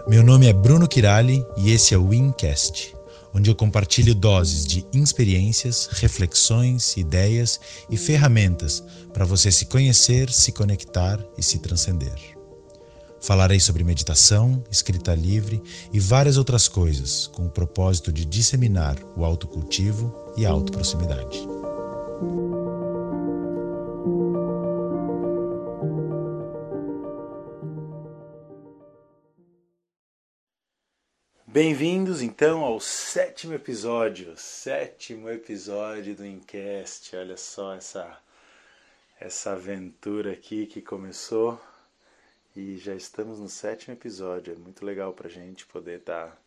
Meu nome é Bruno Kirali e esse é o Wincast, onde eu compartilho doses de experiências, reflexões, ideias e ferramentas para você se conhecer, se conectar e se transcender. Falarei sobre meditação, escrita livre e várias outras coisas, com o propósito de disseminar o autocultivo e a autoproximidade. Bem-vindos então ao sétimo episódio do Wincast. Olha só essa aventura aqui que começou e já estamos no sétimo episódio. É muito legal pra gente poder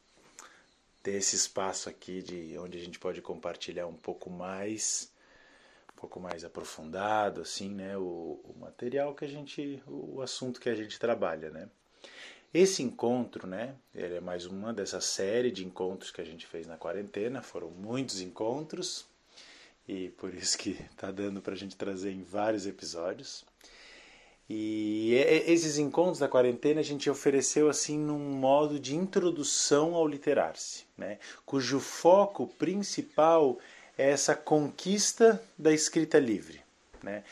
ter esse espaço aqui de onde a gente pode compartilhar um pouco mais aprofundado, assim, né, o material o assunto que a gente trabalha, né. Esse encontro, né, ele é mais uma dessa série de encontros que a gente fez na quarentena. Foram muitos encontros e por isso que está dando para a gente trazer em vários episódios. E esses encontros da quarentena a gente ofereceu assim num modo de introdução ao literar-se, né, cujo foco principal é essa conquista da escrita livre. Né?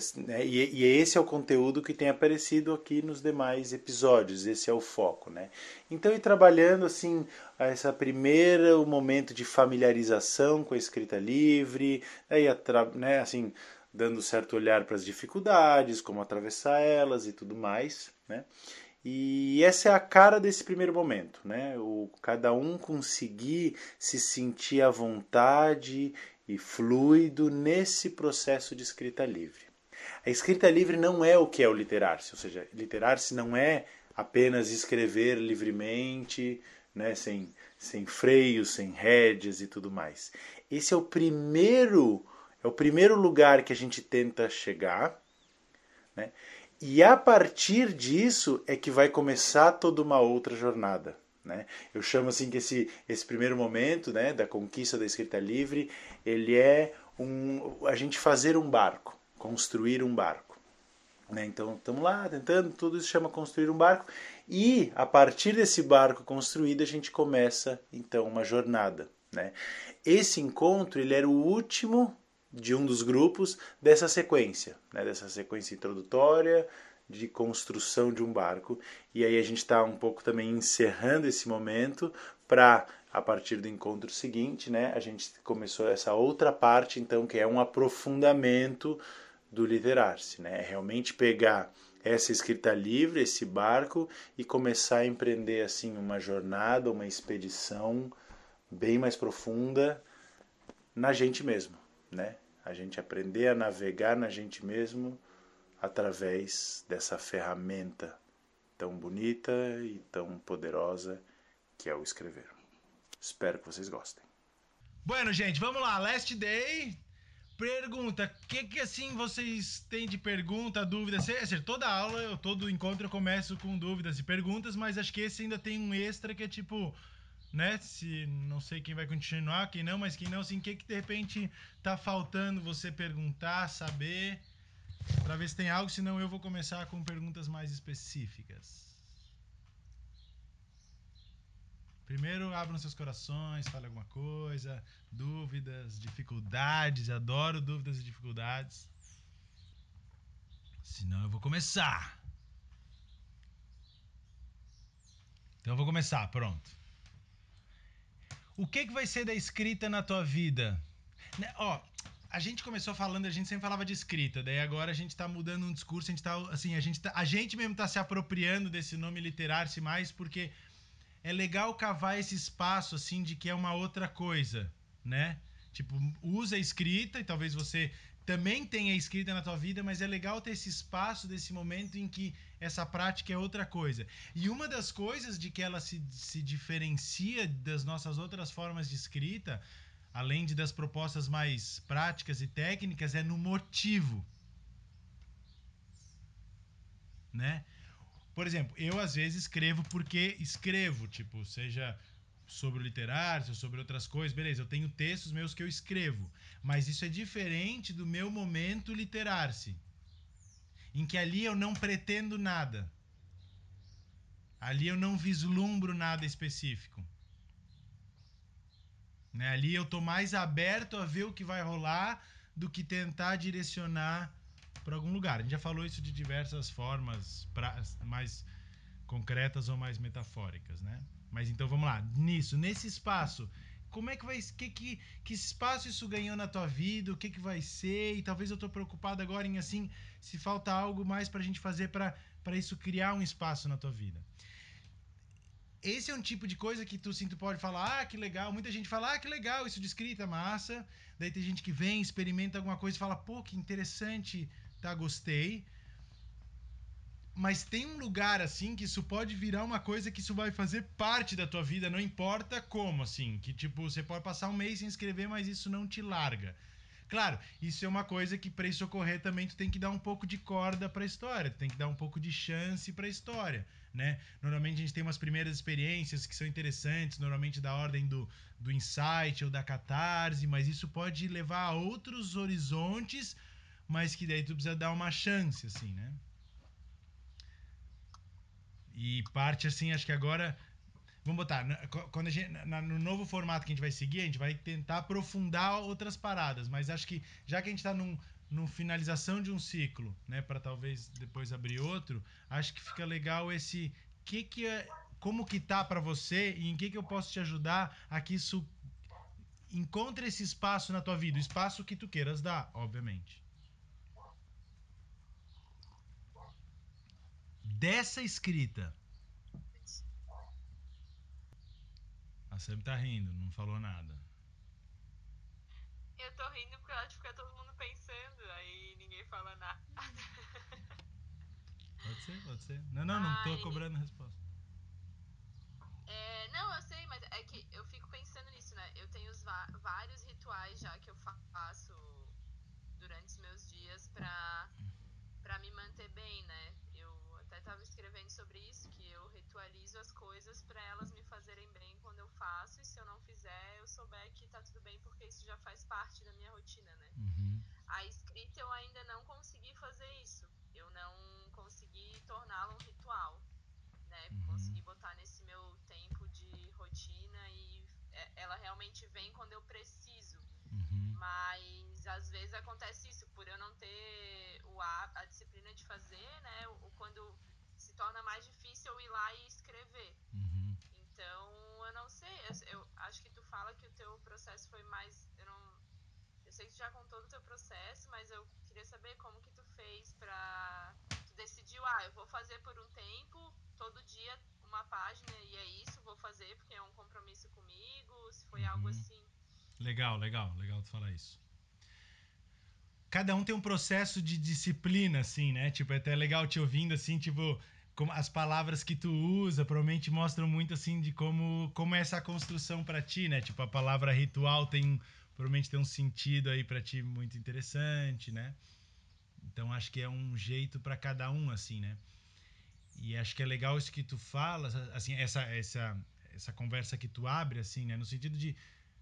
E esse é o conteúdo que tem aparecido aqui nos demais episódios, esse é o foco. Né? Então, ir trabalhando assim, essa o momento de familiarização com a escrita livre, aí, né, assim, dando certo olhar para as dificuldades, como atravessar elas e tudo mais. Né? E essa é a cara desse primeiro momento, né? Cada um conseguir se sentir à vontade e fluido nesse processo de escrita livre. A escrita livre não é o que é o literar-se, ou seja, literar-se não é apenas escrever livremente, né, sem freios, sem rédeas e tudo mais. Esse é o primeiro lugar que a gente tenta chegar, né? E a partir disso é que vai começar toda uma outra jornada. Né? Eu chamo assim que esse primeiro momento, né, da conquista da escrita livre, ele é a gente fazer um barco, construir um barco. Né? Então estamos lá tentando, tudo isso chama construir um barco, e a partir desse barco construído a gente começa então uma jornada. Né? Esse encontro ele era o último de um dos grupos dessa sequência, né, dessa sequência introdutória de construção de um barco. E aí a gente está um pouco também encerrando esse momento para, a partir do encontro seguinte, né, a gente começou essa outra parte, então, que é um aprofundamento do literar-se. Né, é realmente pegar essa escrita livre, esse barco, e começar a empreender assim uma jornada, uma expedição bem mais profunda na gente mesmo. Né? A gente aprender a navegar na gente mesmo através dessa ferramenta tão bonita e tão poderosa que é o escrever. Espero que vocês gostem. Bueno, gente, vamos lá. Last day. Pergunta, o que assim vocês têm de pergunta, dúvida? Toda aula, todo encontro eu começo com dúvidas e perguntas, mas acho que esse ainda tem um extra que é tipo, né? Se não sei quem vai continuar, quem não, mas quem não, assim, o que de repente tá faltando você perguntar, saber, pra ver se tem algo, senão eu vou começar com perguntas mais específicas. Primeiro, abram seus corações, fale alguma coisa, dúvidas, dificuldades, adoro dúvidas e dificuldades. Senão eu vou começar. Então eu vou começar, pronto. O que vai ser da escrita na tua vida? Né, ó, a gente começou falando, a gente sempre falava de escrita, daí agora a gente tá mudando um discurso, a gente tá, assim, a gente mesmo tá se apropriando desse nome literar-se mais, porque é legal cavar esse espaço, assim, de que é uma outra coisa, né? Tipo, usa a escrita e talvez você também tenha escrita na tua vida, mas é legal ter esse espaço desse momento em que essa prática é outra coisa. E uma das coisas de que ela se diferencia das nossas outras formas de escrita, além das propostas mais práticas e técnicas, é no motivo, né? Por exemplo, eu às vezes escrevo porque escrevo, tipo, seja sobre o literário, ou sobre outras coisas, beleza, eu tenho textos meus que eu escrevo, mas isso é diferente do meu momento literar-se, em que ali eu não pretendo nada. Ali eu não vislumbro nada específico. Né? Ali eu tô mais aberto a ver o que vai rolar do que tentar direcionar para algum lugar. A gente já falou isso de diversas formas mais concretas ou mais metafóricas, né? Mas então vamos lá. Nesse espaço, como é que vai, que espaço isso ganhou na tua vida? O que vai ser? E talvez eu tô preocupado agora em assim, se falta algo mais pra gente fazer para isso criar um espaço na tua vida. Esse é um tipo de coisa que tu pode falar, que legal. Muita gente fala, que legal, isso de escrita, massa. Daí tem gente que vem, experimenta alguma coisa e fala, pô, que interessante, tá, gostei. Mas tem um lugar, assim, que isso pode virar uma coisa que isso vai fazer parte da tua vida, não importa como, assim. Que, tipo, você pode passar um mês sem escrever, mas isso não te larga. Claro, isso é uma coisa que para isso ocorrer também tu tem que dar um pouco de corda para a história, tu tem que dar um pouco de chance para a história, né? Normalmente a gente tem umas primeiras experiências que são interessantes, normalmente da ordem do insight ou da catarse, mas isso pode levar a outros horizontes, mas que daí tu precisa dar uma chance, assim, né? E parte assim, acho que agora vamos botar, quando a gente, no novo formato que a gente vai seguir, a gente vai tentar aprofundar outras paradas, mas acho que já que a gente está num finalização de um ciclo, né, para talvez depois abrir outro, acho que fica legal esse que é, como que tá para você e em que eu posso te ajudar a que isso encontre esse espaço na tua vida, o espaço que tu queiras dar, obviamente. Dessa escrita, a Sam tá rindo, não falou nada. Eu tô rindo porque eu acho que fica todo mundo pensando, aí ninguém fala nada. Pode ser, pode ser. Não tô Ai, cobrando resposta. não, eu sei, mas é que eu fico pensando nisso, né? Eu tenho vários rituais já que eu faço durante os meus dias pra me manter bem, né? Eu até tava escrevendo sobre isso, que eu ritualizo as coisas pra elas me fazerem bem quando eu faço, e se eu não fizer, eu souber que tá tudo bem, porque isso já faz parte da minha rotina, né? Uhum, A escrita eu ainda não consegui fazer isso. Eu não consegui torná-la um ritual, né? uhum, Consegui botar nesse meu tempo de rotina e ela realmente vem quando eu preciso. uhum, Mas às vezes acontece isso, por eu não ter a disciplina de fazer, né? Quando se torna mais difícil eu ir lá e escrever. uhum. Então, eu não sei, eu acho que tu fala que o teu processo foi mais. Eu sei que tu já contou do teu processo, mas eu queria saber como que tu fez pra. Tu decidiu, eu vou fazer por um tempo, todo dia uma página e é isso, vou fazer porque é um compromisso comigo, se foi algo Uhum. assim. Legal tu falar isso. Cada um tem um processo de disciplina, assim, né? Tipo, é até legal te ouvindo, assim, tipo, como as palavras que tu usa provavelmente mostram muito, assim, de como é essa construção pra ti, né? Tipo, a palavra ritual provavelmente tem um sentido aí pra ti muito interessante, né? Então acho que é um jeito pra cada um, assim, né? E acho que é legal isso que tu falas, assim, essa conversa que tu abre, assim, né? No sentido de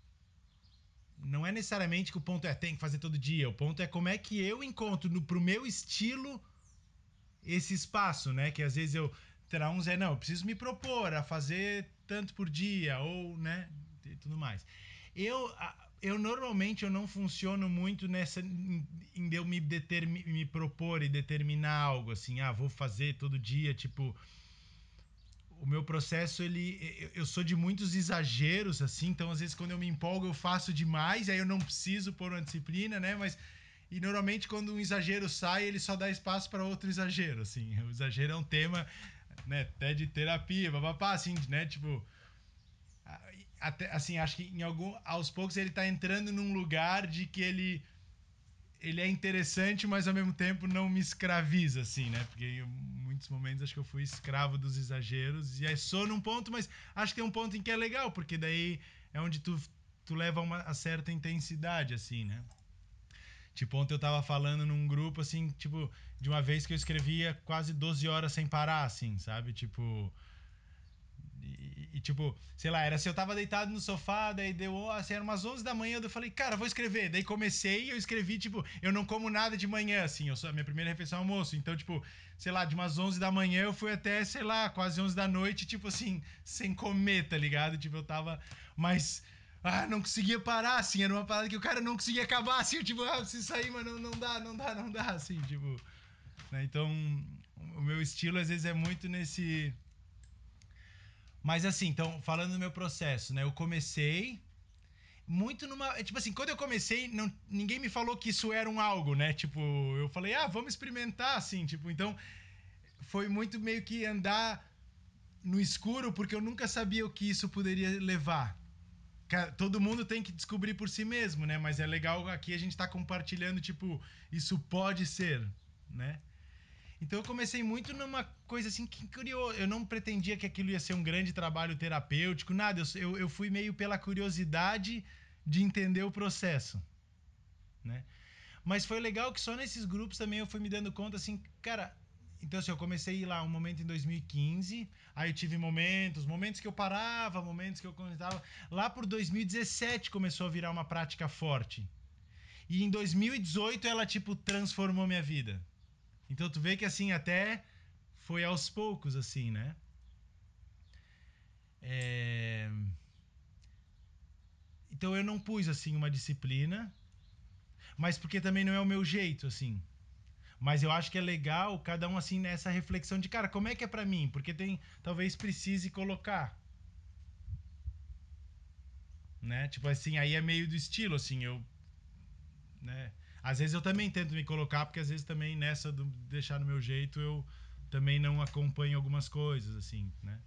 não é necessariamente que o ponto é tem que fazer todo dia. O ponto é como é que eu encontro pro meu estilo esse espaço, né? Que às vezes terá uns não, eu preciso me propor a fazer tanto por dia ou, né, e tudo mais. Eu normalmente eu não funciono muito nessa em eu me propor e determinar algo assim, vou fazer todo dia, tipo, o meu processo eu sou de muitos exageros assim, então às vezes quando eu me empolgo eu faço demais, aí eu não preciso pôr uma disciplina, né, mas e normalmente quando um exagero sai ele só dá espaço para outro exagero, assim. O exagero é um tema, né, até de terapia, papapá, assim, né, tipo até assim, acho que em algum aos poucos ele tá entrando num lugar de que ele é interessante, mas ao mesmo tempo não me escraviza, assim, né? Porque em muitos momentos acho que eu fui escravo dos exageros. E aí sou num ponto, mas acho que tem um ponto em que é legal, porque daí é onde tu leva a certa intensidade, assim, né? Tipo, ontem eu tava falando num grupo, assim, tipo, de uma vez que eu escrevia quase 12 horas sem parar, assim, sabe? Tipo. tipo, sei lá, era assim, eu tava deitado no sofá, daí deu, assim, era umas 11 da manhã, eu falei, cara, vou escrever. Daí comecei, eu escrevi, tipo, eu não como nada de manhã, assim, a minha primeira refeição é almoço. Então, tipo, sei lá, de umas 11 da manhã eu fui até, sei lá, quase 11 da noite, tipo assim, sem comer, tá ligado? Tipo, eu tava, mas... não conseguia parar, assim, era uma parada que o cara não conseguia acabar, assim, eu, tipo, preciso sair, mas não dá, assim, tipo... Né? Então, o meu estilo, às vezes, é muito nesse... Mas assim, então, falando do meu processo, né? Eu comecei muito numa... Tipo assim, quando eu comecei, ninguém me falou que isso era um algo, né? Tipo, eu falei, vamos experimentar, assim, tipo... Então, foi muito meio que andar no escuro, porque eu nunca sabia o que isso poderia levar. Todo mundo tem que descobrir por si mesmo, né? Mas é legal aqui a gente tá compartilhando, tipo, isso pode ser, né? Então eu comecei muito numa coisa assim que criou. Eu não pretendia que aquilo ia ser um grande trabalho terapêutico, nada. Eu fui meio pela curiosidade de entender o processo, né? Mas foi legal que só nesses grupos também eu fui me dando conta assim, cara. Então, assim, eu comecei a ir lá um momento em 2015, aí eu tive momentos que eu parava, momentos que eu comentava. Lá por 2017 começou a virar uma prática forte. E em 2018 ela, tipo, transformou minha vida. Então tu vê que assim, até foi aos poucos, assim, né? Então eu não pus, assim, uma disciplina, mas porque também não é o meu jeito, assim. Mas eu acho que é legal cada um, assim, nessa reflexão de, cara, como é que é pra mim? Porque talvez precise colocar, né? Tipo assim, aí é meio do estilo, assim, né? Às vezes eu também tento me colocar, porque às vezes também nessa do deixar no meu jeito eu também não acompanho algumas coisas, assim, né?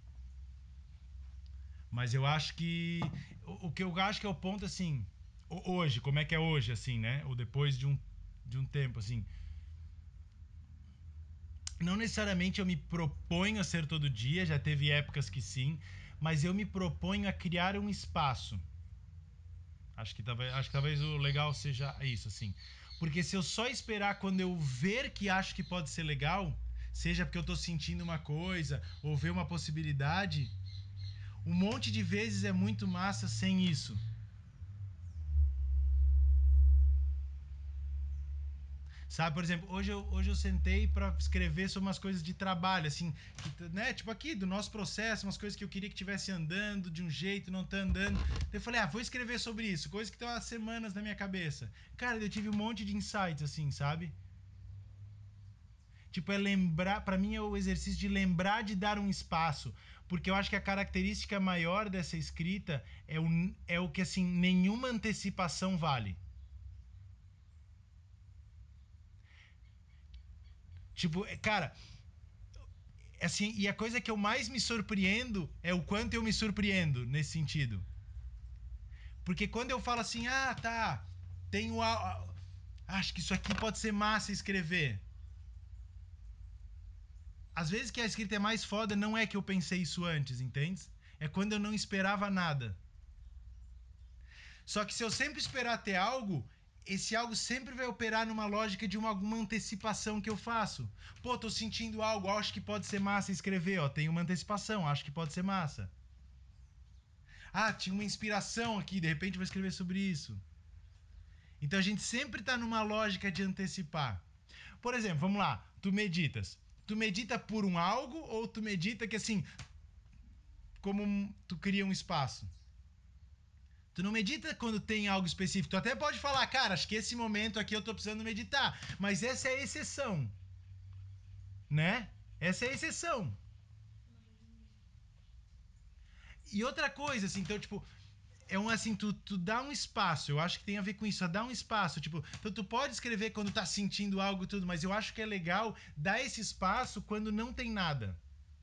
Mas eu acho que. O que eu acho que é o ponto, assim. Hoje, como é que é hoje, assim, né? Ou depois de um tempo, assim. Não necessariamente eu me proponho a ser todo dia, já teve épocas que sim, mas eu me proponho a criar um espaço. Acho que talvez o legal seja isso, assim. Porque se eu só esperar quando eu ver que acho que pode ser legal, seja porque eu tô sentindo uma coisa, ou ver uma possibilidade, um monte de vezes é muito massa sem isso. Sabe, por exemplo, hoje eu sentei para escrever sobre umas coisas de trabalho, assim, né? Tipo aqui, do nosso processo, umas coisas que eu queria que tivesse andando de um jeito, não tá andando. Daí eu falei, vou escrever sobre isso, coisas que estão há semanas na minha cabeça. Cara, eu tive um monte de insights, assim, sabe? Tipo, é lembrar, para mim é o exercício de lembrar de dar um espaço, porque eu acho que a característica maior dessa escrita é o que, assim, nenhuma antecipação vale. Tipo, cara, assim, e a coisa que eu mais me surpreendo é o quanto eu me surpreendo nesse sentido. Porque quando eu falo assim, tá, tenho acho que isso aqui pode ser massa escrever. Às vezes que a escrita é mais foda não é que eu pensei isso antes, entende? É quando eu não esperava nada. Só que se eu sempre esperar ter algo, esse algo sempre vai operar numa lógica de alguma antecipação que eu faço. Pô, tô sentindo algo, acho que pode ser massa escrever, tem uma antecipação, acho que pode ser massa. Tinha uma inspiração aqui, de repente vou escrever sobre isso. Então a gente sempre tá numa lógica de antecipar. Por exemplo, vamos lá, tu meditas. Tu medita por um algo ou tu medita que assim, como tu cria um espaço? Tu não medita quando tem algo específico. Tu até pode falar, cara, acho que esse momento aqui eu tô precisando meditar. Mas essa é a exceção. Né? Essa é a exceção. E outra coisa, assim, então, tipo, assim, tu dá um espaço, eu acho que tem a ver com isso, dá um espaço, tipo, então tu pode escrever quando tá sentindo algo e tudo, mas eu acho que é legal dar esse espaço quando não tem nada.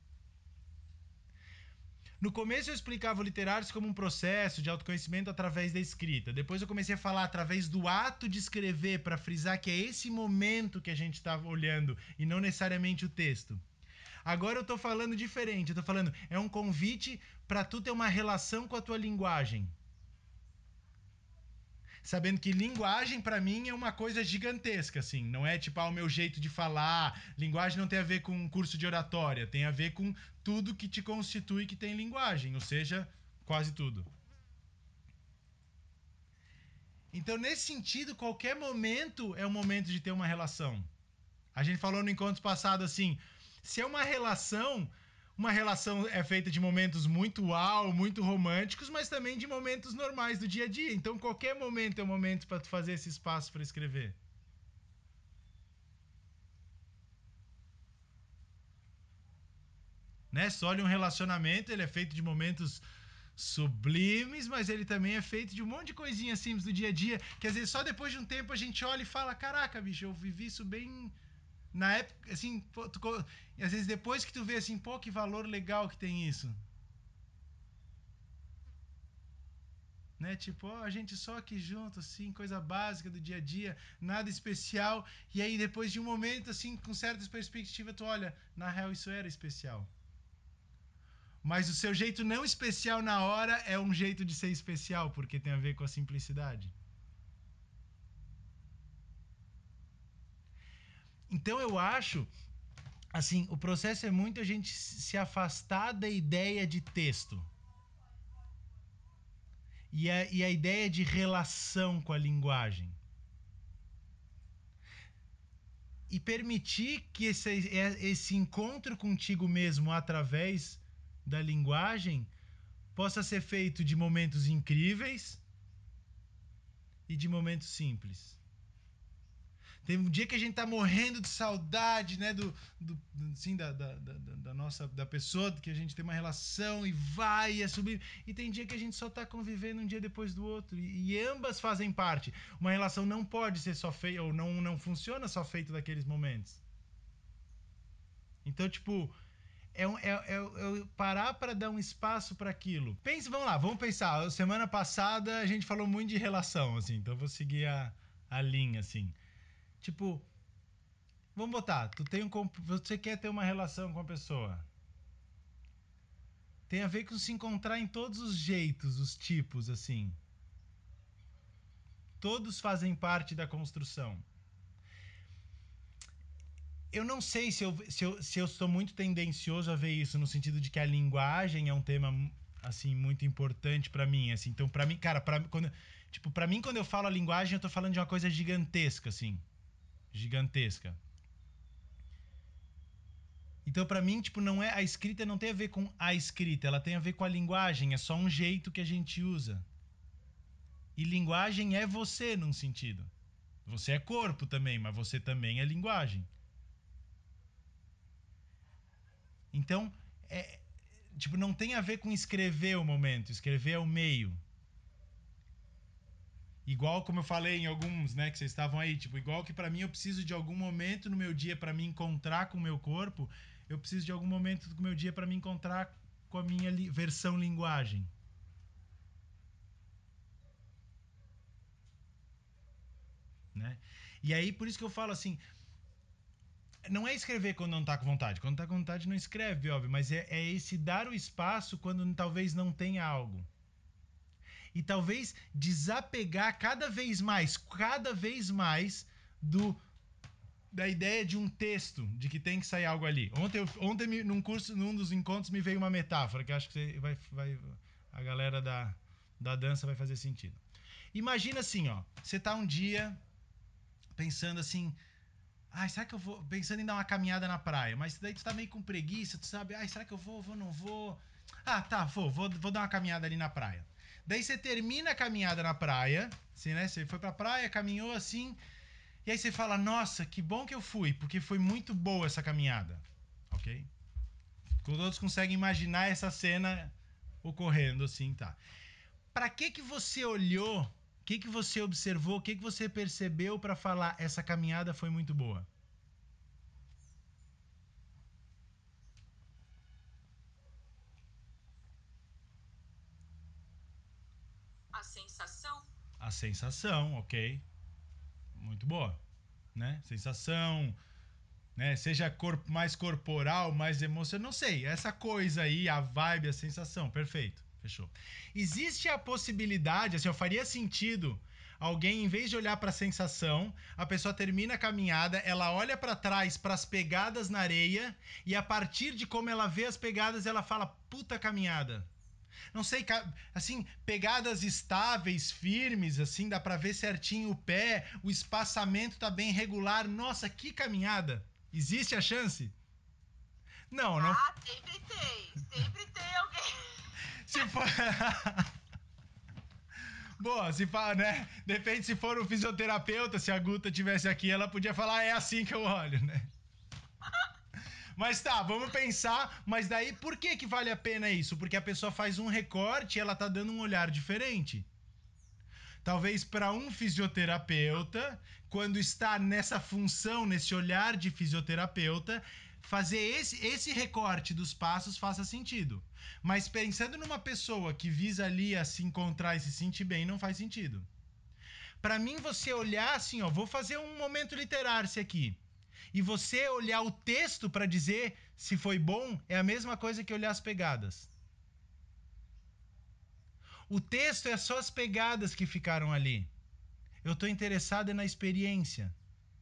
No começo eu explicava o Literários como um processo de autoconhecimento através da escrita. Depois eu comecei a falar através do ato de escrever, para frisar que é esse momento que a gente está olhando e não necessariamente o texto. Agora eu tô falando diferente, eu tô falando, é um convite para tu ter uma relação com a tua linguagem. sabendo que linguagem pra mim é uma coisa gigantesca, assim, não é tipo o meu jeito de falar, linguagem não tem a ver com um curso de oratória, tem a ver com tudo que te constitui que tem linguagem, ou seja, quase tudo. Então, nesse sentido, qualquer momento é um momento de ter uma relação. A gente falou no encontro passado assim, se é uma relação é feita de momentos muito uau, muito românticos, mas também de momentos normais do dia a dia. Então qualquer momento é um momento para tu fazer esse espaço para escrever. Né? Só olha um relacionamento, ele é feito de momentos sublimes, mas ele também é feito de um monte de coisinhas simples do dia a dia, que às vezes só depois de um tempo a gente olha e fala, caraca, bicho, eu vivi isso bem na época, assim, pô, e às vezes depois que tu vê assim, pô, que valor legal que tem isso. Né? Tipo, ó, a gente só aqui junto, assim, coisa básica do dia a dia, nada especial. E aí, depois de um momento, assim, com certas perspectivas, tu olha, na real, isso era especial. Mas o seu jeito não especial na hora é um jeito de ser especial, porque tem a ver com a simplicidade. Então eu acho, assim, o processo é muito a gente se afastar da ideia de texto. E a ideia de relação com a linguagem. E permitir que esse encontro contigo mesmo através da linguagem possa ser feito de momentos incríveis e de momentos simples. Tem um dia que a gente tá morrendo de saudade, né, assim, da nossa, da pessoa que a gente tem uma relação e vai e é subir. E tem dia que a gente só tá convivendo um dia depois do outro. E ambas fazem parte. Uma relação não pode ser só feita, ou não funciona só feito daqueles momentos. Então, tipo, é parar para dar um espaço para aquilo. Pense, vamos lá, vamos pensar. Semana passada a gente falou muito de relação, assim, então eu vou seguir a linha, assim. Tipo, vamos botar, você quer ter uma relação com a pessoa. Tem a ver com se encontrar em todos os jeitos, os tipos, assim. Todos fazem parte da construção. Eu não sei se eu sou muito tendencioso a ver isso no sentido de que a linguagem é um tema assim muito importante para mim, assim. Então, para mim, cara, para mim quando eu falo a linguagem, eu tô falando de uma coisa gigantesca, assim, gigantesca. Então, para mim, tipo, não é a escrita não tem a ver com a escrita, ela tem a ver com a linguagem, é só um jeito que a gente usa. E linguagem é você num sentido. Você é corpo também, mas você também é linguagem. Então, tipo, não tem a ver com escrever o momento, escrever é o meio. Igual como eu falei em alguns, né, que vocês estavam aí, tipo, igual que para mim eu preciso de algum momento no meu dia para me encontrar com o meu corpo, eu preciso de algum momento do meu dia para me encontrar com a minha versão linguagem. Né? E aí, por isso que eu falo assim, não é escrever quando não tá com vontade. Quando tá com vontade não escreve, óbvio, mas é esse dar o espaço quando talvez não tenha algo. E talvez desapegar cada vez mais do da ideia de um texto, de que tem que sair algo ali. Ontem num curso, num dos encontros, me veio uma metáfora que acho que a galera da dança vai fazer sentido. Imagina assim, ó, você tá um dia pensando assim, ai, será que eu vou, pensando em dar uma caminhada na praia, mas daí tu tá meio com preguiça, tu sabe, ai, será que eu vou, não vou? Ah, tá, vou dar uma caminhada ali na praia. Daí você termina a caminhada na praia, assim, né? Você foi pra praia, caminhou assim, e aí você fala, nossa, que bom que eu fui, porque foi muito boa essa caminhada. Ok? Todos conseguem imaginar essa cena ocorrendo assim, tá? Pra que você olhou? O que você observou? O que você percebeu para falar essa caminhada foi muito boa? A sensação? A sensação, ok. Muito boa. Né? Sensação, né? Seja mais corporal, mais emocional, não sei. Essa coisa aí, a vibe, a sensação, perfeito. Fechou. Existe a possibilidade, assim, faria sentido alguém, em vez de olhar para a sensação, a pessoa termina a caminhada, ela olha para trás, para as pegadas na areia, e a partir de como ela vê as pegadas, ela fala, puta caminhada. Não sei, assim, pegadas estáveis, firmes, assim, dá pra ver certinho o pé, o espaçamento tá bem regular. Nossa, que caminhada! Existe a chance? Não, não. Ah, sempre tem alguém. Se for. Boa, se fala, né? Depende se for um fisioterapeuta, se a Guta tivesse aqui, ela podia falar, é assim que eu olho, né? Mas tá, vamos pensar, mas daí por que vale a pena isso? Porque a pessoa faz um recorte e ela tá dando um olhar diferente. Talvez para um fisioterapeuta, quando está nessa função, nesse olhar de fisioterapeuta, fazer esse recorte dos passos faça sentido. Mas pensando numa pessoa que visa ali a se encontrar e se sentir bem, não faz sentido. Para mim, você olhar assim, ó, vou fazer um momento literário aqui. E você olhar o texto para dizer se foi bom, é a mesma coisa que olhar as pegadas. O texto é só as pegadas que ficaram ali. Eu estou interessado na experiência.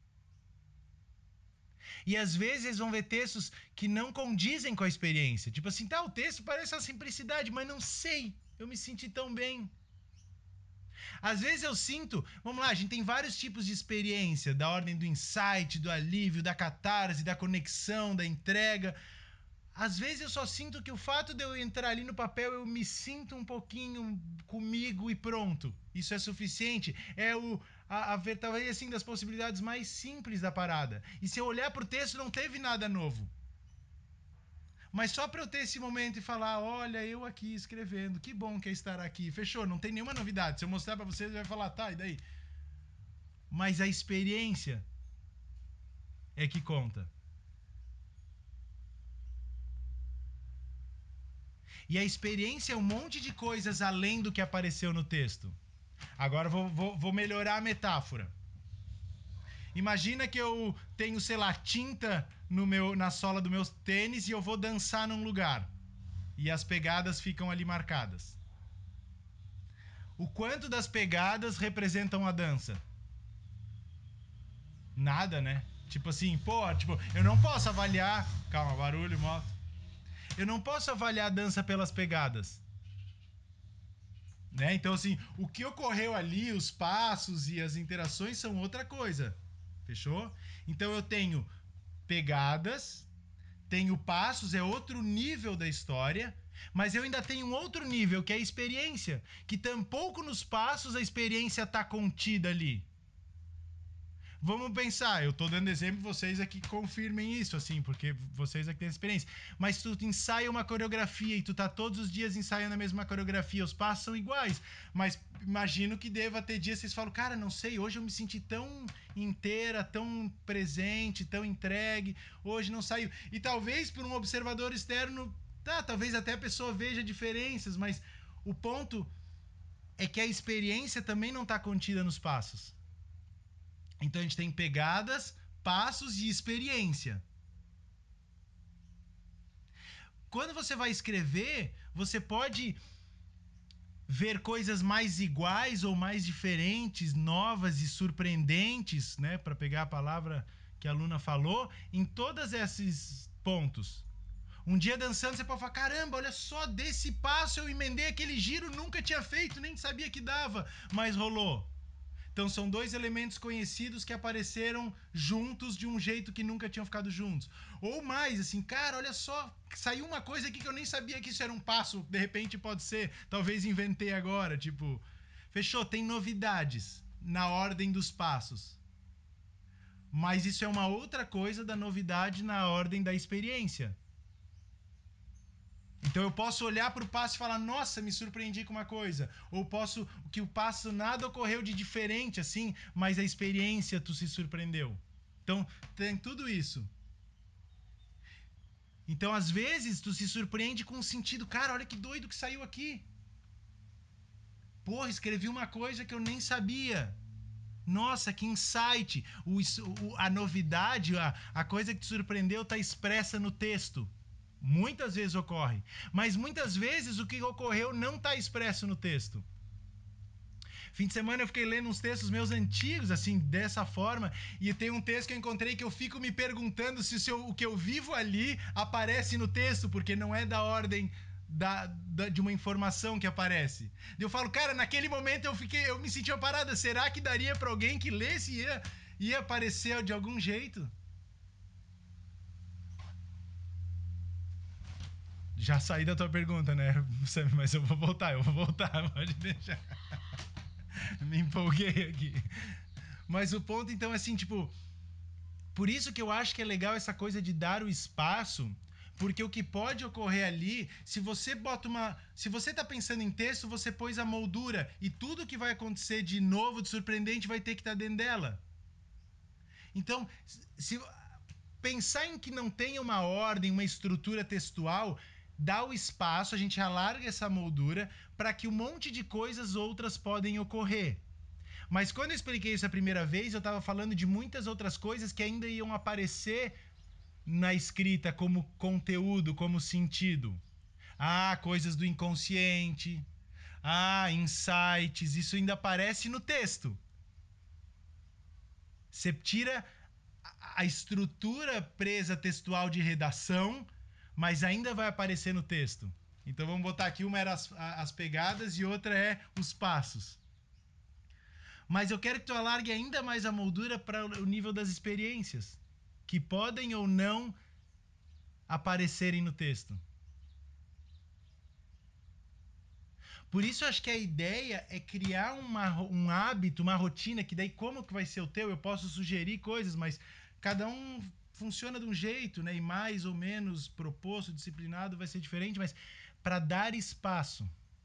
E às vezes vão ver textos que não condizem com a experiência. Tipo assim, tá, o texto parece uma simplicidade, mas não sei. Eu me senti tão bem. Às vezes eu sinto, vamos lá, a gente tem vários tipos de experiência, da ordem do insight, do alívio, da catarse, da conexão, da entrega. Às vezes eu só sinto que o fato de eu entrar ali no papel, eu me sinto um pouquinho comigo e pronto. Isso é suficiente. É ver talvez assim das possibilidades mais simples da parada. E se eu olhar pro texto, não teve nada novo. Mas só para eu ter esse momento e falar, olha, eu aqui escrevendo, que bom que é estar aqui. Fechou, não tem nenhuma novidade. Se eu mostrar para vocês, vai falar, tá, e daí? Mas a experiência é que conta. E a experiência é um monte de coisas além do que apareceu no texto. Agora vou melhorar a metáfora. Imagina que eu tenho, sei lá, tinta na sola do meu tênis e eu vou dançar num lugar. E as pegadas ficam ali marcadas. O quanto das pegadas representam a dança? Nada, né? Tipo assim, eu não posso avaliar. Calma, barulho, moto. Eu não posso avaliar a dança pelas pegadas. Né? Então, assim, o que ocorreu ali, os passos e as interações são outra coisa. Fechou? Então eu tenho pegadas, tenho passos, é outro nível da história, mas eu ainda tenho um outro nível, que é a experiência, que tampouco nos passos a experiência está contida ali. Vamos pensar, eu tô dando exemplo, vocês aqui confirmem isso, assim, porque vocês aqui têm experiência. Mas tu ensaia uma coreografia e tu tá todos os dias ensaiando a mesma coreografia, os passos são iguais. Mas imagino que deva ter dias que vocês falam, cara, não sei, hoje eu me senti tão inteira, tão presente, tão entregue, hoje não saiu. E talvez por um observador externo, talvez até a pessoa veja diferenças, mas o ponto é que a experiência também não tá contida nos passos. Então a gente tem pegadas, passos e experiência. Quando você vai escrever, você pode ver coisas mais iguais ou mais diferentes, novas e surpreendentes, né, para pegar a palavra que a Luna falou, em todos esses pontos. Um dia dançando, você pode falar, caramba, olha só, desse passo eu emendei aquele giro, nunca tinha feito, nem sabia que dava, mas rolou. Então são dois elementos conhecidos que apareceram juntos de um jeito que nunca tinham ficado juntos. Ou mais, assim, cara, olha só, saiu uma coisa aqui que eu nem sabia que isso era um passo, de repente pode ser, talvez inventei agora, tipo, fechou, tem novidades na ordem dos passos. Mas isso é uma outra coisa da novidade na ordem da experiência. Então eu posso olhar para o passo e falar, nossa, me surpreendi com uma coisa. Ou posso, que o passo nada ocorreu de diferente assim, mas a experiência tu se surpreendeu. Então tem tudo isso. Então às vezes tu se surpreende com um sentido, cara, olha que doido que saiu aqui. Porra, escrevi uma coisa que eu nem sabia. Nossa, que insight. A novidade, a coisa que te surpreendeu está expressa no texto. Muitas vezes ocorre. Mas muitas vezes o que ocorreu não está expresso no texto. Fim de semana eu fiquei lendo uns textos meus antigos, assim, dessa forma, e tem um texto que eu encontrei que eu fico me perguntando se o que eu vivo ali aparece no texto, porque não é da ordem de uma informação que aparece. Eu falo, cara, naquele momento eu me senti uma parada, será que daria pra alguém que lesse e ia aparecer de algum jeito? Já saí da tua pergunta, né, Sam? Mas eu vou voltar, pode deixar. Me empolguei aqui. Mas o ponto, então, é assim, tipo... Por isso que eu acho que é legal essa coisa de dar o espaço, porque o que pode ocorrer ali, se você tá pensando em texto, você pôs a moldura, e tudo que vai acontecer de novo, de surpreendente, vai ter que estar dentro dela. Então, se pensar em que não tenha uma ordem, uma estrutura textual, dá o espaço, a gente alarga essa moldura para que um monte de coisas outras podem ocorrer. Mas quando eu expliquei isso a primeira vez, eu estava falando de muitas outras coisas que ainda iam aparecer na escrita como conteúdo, como sentido. Ah, coisas do inconsciente. Ah, insights. Isso ainda aparece no texto. Você tira a estrutura presa textual de redação, mas ainda vai aparecer no texto. Então vamos botar aqui, uma era as pegadas e outra é os passos. Mas eu quero que tu alargue ainda mais a moldura para o nível das experiências, que podem ou não aparecerem no texto. Por isso eu acho que a ideia é criar um hábito, uma rotina, que daí como que vai ser o teu? Eu posso sugerir coisas, mas cada um funciona de um jeito, né? E mais ou menos proposto, disciplinado, vai ser diferente, mas para dar espaço.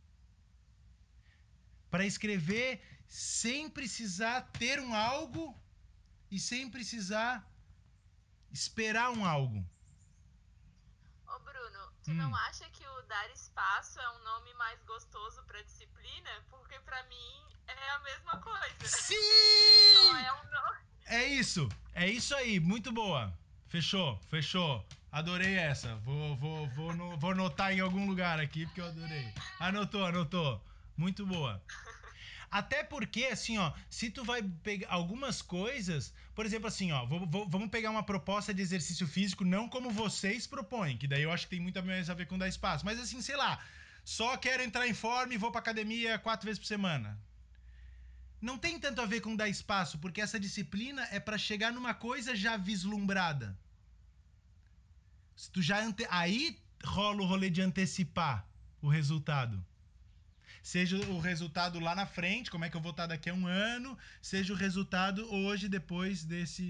Para escrever sem precisar ter um algo e sem precisar esperar um algo. Ô Bruno, tu não acha que o dar espaço é um nome mais gostoso pra disciplina? Porque pra mim é a mesma coisa. Sim! Só é um nome. É isso aí, muito boa. Fechou. Adorei essa. Vou anotar em algum lugar aqui porque eu adorei. Anotou. Muito boa. Até porque, assim, ó, se tu vai pegar algumas coisas, por exemplo, assim, ó, vamos pegar uma proposta de exercício físico, não como vocês propõem, que daí eu acho que tem muito mais a ver com dar espaço, mas assim, sei lá, só quero entrar em forma e vou pra academia 4 vezes por semana. Não tem tanto a ver com dar espaço, porque essa disciplina é pra chegar numa coisa já vislumbrada. Se tu já aí rola o rolê de antecipar o resultado. Seja o resultado lá na frente, como é que eu vou estar daqui a um ano, seja o resultado hoje, depois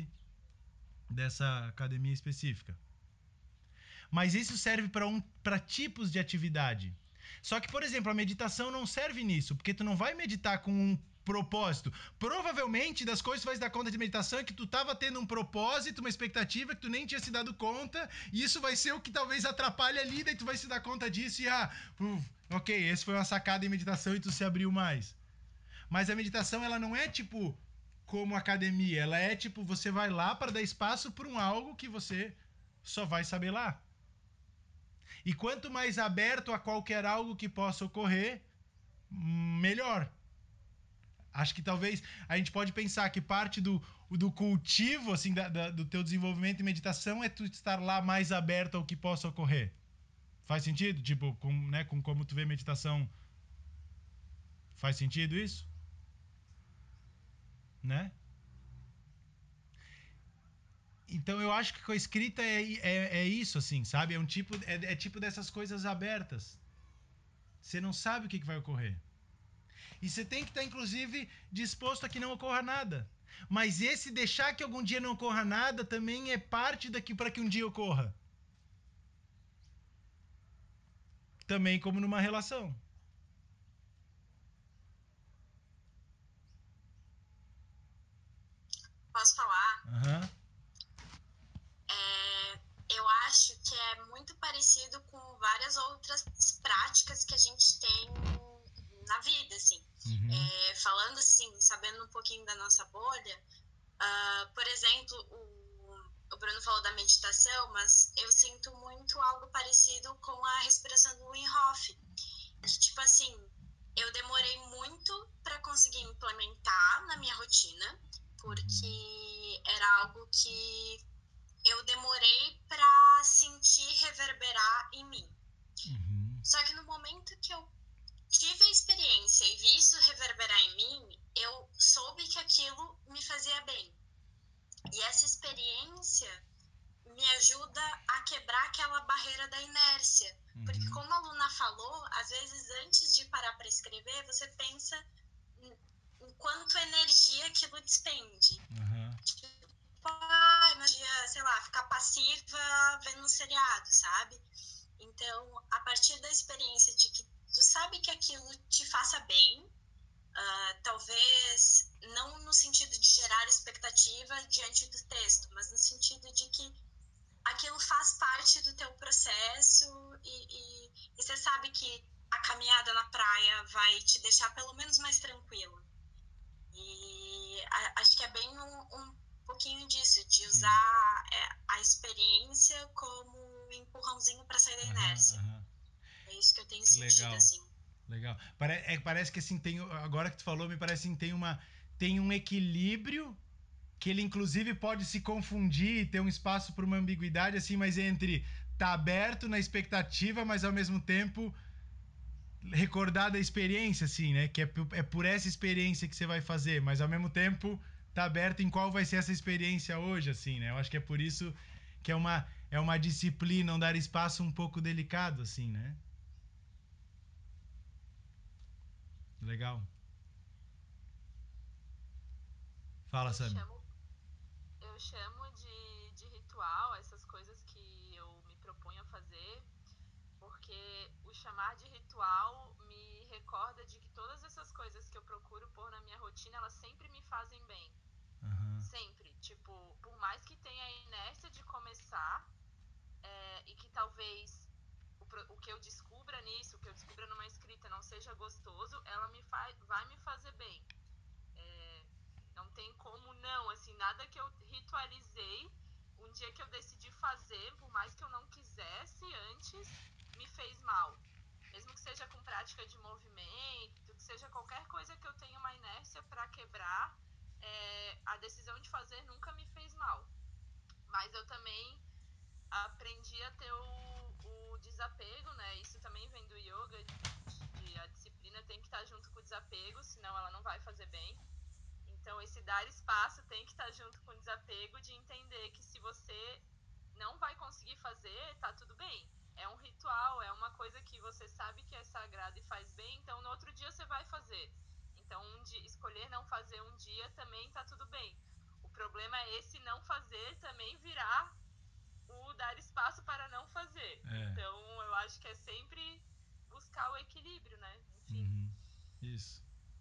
dessa academia específica. Mas isso serve para tipos de atividade. Só que, por exemplo, a meditação não serve nisso, porque tu não vai meditar com um propósito. Provavelmente, das coisas que tu vai se dar conta de meditação é que tu tava tendo um propósito, uma expectativa que tu nem tinha se dado conta, e isso vai ser o que talvez atrapalhe ali, daí tu vai se dar conta disso e ok, esse foi uma sacada em meditação e tu se abriu mais. Mas a meditação, ela não é tipo como academia, ela é tipo, você vai lá para dar espaço para um algo que você só vai saber lá. E quanto mais aberto a qualquer algo que possa ocorrer, melhor. Acho que talvez a gente pode pensar que parte do cultivo, assim, do teu desenvolvimento em meditação é tu estar lá mais aberto ao que possa ocorrer. Faz sentido? Tipo, com como tu vê meditação. Faz sentido isso? Né? Então eu acho que com a escrita é isso, assim, sabe? É um tipo, é tipo dessas coisas abertas. Você não sabe o que vai ocorrer. E você tem que estar, inclusive, disposto a que não ocorra nada. Mas esse deixar que algum dia não ocorra nada também é parte daqui para que um dia ocorra. Também como numa relação. Posso falar? Uhum. Eu acho que é muito parecido com várias outras práticas que a gente tem na vida, assim. Uhum. Falando assim, sabendo um pouquinho da nossa bolha, por exemplo, o Bruno falou da meditação, mas eu sinto muito algo parecido com a respiração do Wim Hof, que tipo assim, eu demorei muito para conseguir implementar na minha rotina, porque era algo que eu demorei para sentir reverberar em mim. Uhum. Só que no momento que eu tive a experiência e vi isso reverberar em mim, eu soube que aquilo me fazia bem. E essa experiência me ajuda a quebrar aquela barreira da inércia. Porque, como a Luna falou, às vezes antes de parar para escrever, você pensa em quanto energia aquilo despende. Uhum. Tipo, energia, sei lá, ficar passiva vendo um seriado, sabe? Então, a partir da experiência de que tu sabe que aquilo te faça bem, talvez não no sentido de gerar expectativa diante do texto, mas no sentido de que aquilo faz parte do teu processo e você sabe que a caminhada na praia vai te deixar pelo menos mais tranquilo. E acho que é bem um pouquinho disso, de usar a experiência como um empurrãozinho para sair da inércia. É isso que eu tenho sentido, Legal. assim. Legal. Parece que assim, agora que tu falou, me parece que tem um equilíbrio que ele inclusive pode se confundir e ter um espaço para uma ambiguidade, assim, mas entre tá aberto na expectativa, mas ao mesmo tempo recordar da experiência, assim, né? Que é por essa experiência que você vai fazer, mas ao mesmo tempo tá aberto em qual vai ser essa experiência hoje, assim, né? Eu acho que é por isso que é uma disciplina, um dar espaço um pouco delicado, assim, né? Legal. Fala, Eu Sami. chamo, eu chamo de ritual essas coisas que eu me proponho a fazer, porque o chamar de ritual me recorda de que todas essas coisas que eu procuro pôr na minha rotina, elas sempre me fazem bem. Uhum. Sempre. Tipo, por mais que tenha a inércia de começar, e que talvez o que eu descubra nisso, o que eu descubra numa escrita não seja gostoso, ela vai me fazer bem. Não tem como não, assim, nada que eu ritualizei, um dia que eu decidi fazer, por mais que eu não quisesse antes, me fez mal. Mesmo que seja com prática de movimento, que seja qualquer coisa que eu tenha uma inércia para quebrar, a decisão de fazer nunca me fez mal. Mas eu também aprendi a ter o desapego, né? Isso também vem do yoga, de a disciplina tem que estar junto com o desapego, senão ela não vai fazer bem. Então, esse dar espaço tem que estar junto com o desapego, de entender que se você não vai conseguir fazer, tá tudo bem. É um ritual, é uma coisa que você sabe que é sagrado e faz bem, então no outro dia você vai fazer. Então, escolher não fazer um dia também tá tudo bem. O problema é esse não fazer também virar o dar espaço para não fazer. É. Então, eu acho que é sempre buscar o equilíbrio, né? Enfim. Uhum. Isso.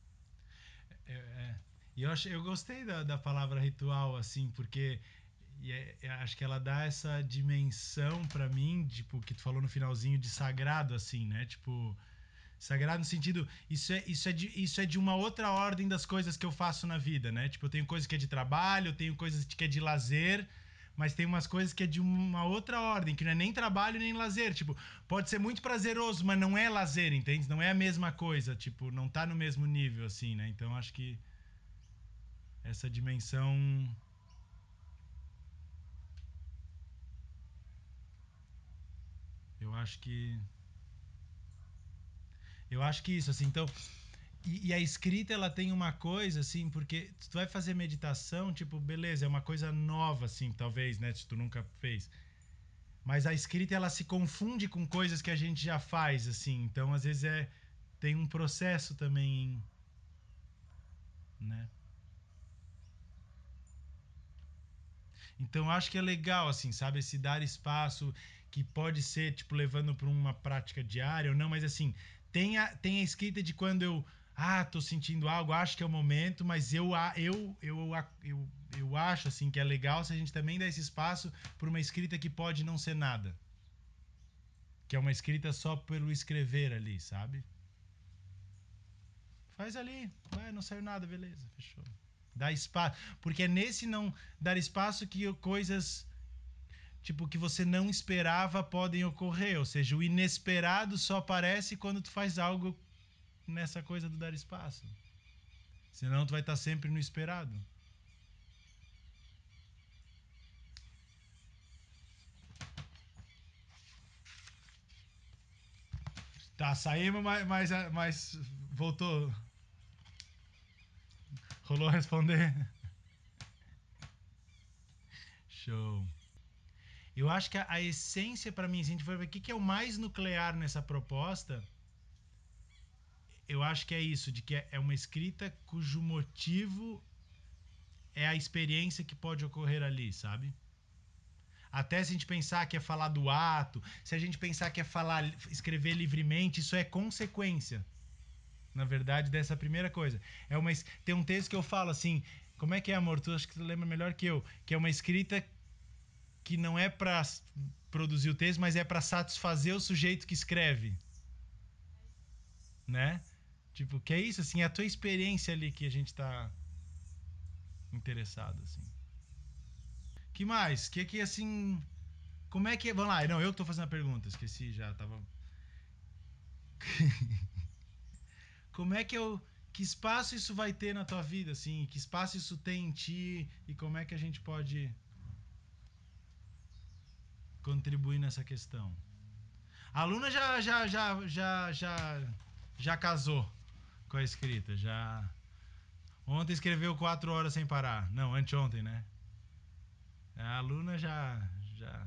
E eu gostei da palavra ritual, assim, porque acho que ela dá essa dimensão pra mim, tipo, que tu falou no finalzinho de sagrado, assim, né? Tipo, sagrado no sentido, isso é de uma outra ordem das coisas que eu faço na vida, né? Tipo, eu tenho coisas que é de trabalho, eu tenho coisas que é de lazer, mas tem umas coisas que é de uma outra ordem, que não é nem trabalho nem lazer. Tipo, pode ser muito prazeroso, mas não é lazer, entende? Não é a mesma coisa, tipo, não tá no mesmo nível, assim, né? Então acho que essa dimensão. Eu acho que. Eu acho que isso, assim, então. E a escrita, ela tem uma coisa, assim, porque tu vai fazer meditação, tipo, beleza, é uma coisa nova, assim, talvez, né, se tu nunca fez. Mas a escrita, ela se confunde com coisas que a gente já faz, assim, então, às vezes, tem um processo também, né? Então, acho que é legal, assim, sabe, esse dar espaço, que pode ser, tipo, levando para uma prática diária ou não, mas, assim, tem a escrita de quando tô sentindo algo, acho que é o momento, mas eu acho, assim, que é legal se a gente também dá esse espaço para uma escrita que pode não ser nada. Que é uma escrita só pelo escrever ali, sabe? Faz ali, vai, não saiu nada, beleza, fechou. Dá espaço, porque é nesse não dar espaço que coisas tipo que você não esperava podem ocorrer, ou seja, o inesperado só aparece quando tu faz algo nessa coisa do dar espaço. Senão tu vai estar sempre no esperado. Tá, saímos, mas voltou. Rolou responder? Show. Eu acho que a essência para mim, se a gente for ver o que é o mais nuclear nessa proposta, eu acho que é isso, de que é uma escrita cujo motivo é a experiência que pode ocorrer ali, sabe? Até se a gente pensar que é falar do ato, se a gente pensar que é falar, escrever livremente, isso é consequência, na verdade, dessa primeira coisa. Tem um texto que eu falo assim, como é que é, amor? Tu acho que tu lembra melhor que eu, que é uma escrita que não é para produzir o texto, mas é para satisfazer o sujeito que escreve, né? Tipo, que é isso, assim, é a tua experiência ali que a gente tá interessado, assim. Que mais? Que assim, como é que é? Vamos lá, não, eu que tô fazendo a pergunta, esqueci já, tava. Como é que eu. Que espaço isso vai ter na tua vida, assim? Que espaço isso tem em ti? E como é que a gente pode contribuir nessa questão? A aluna já casou com a escrita, já. Ontem escreveu 4 horas sem parar. Não, anteontem, né? A aluna já.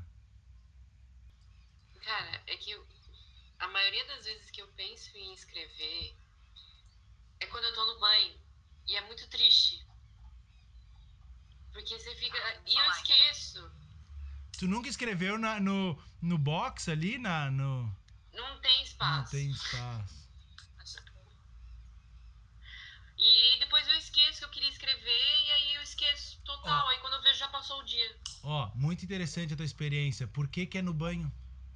Cara, é que a maioria das vezes que eu penso em escrever é quando eu tô no banho. E é muito triste. Porque você fica. E eu esqueço. Tu nunca escreveu no box ali? No. Não tem Não espaço. tem espaço. E aí depois eu esqueço que eu queria escrever e aí eu esqueço total. Aí quando eu vejo já passou o dia. Ó, muito interessante a tua experiência. Por que é no banho?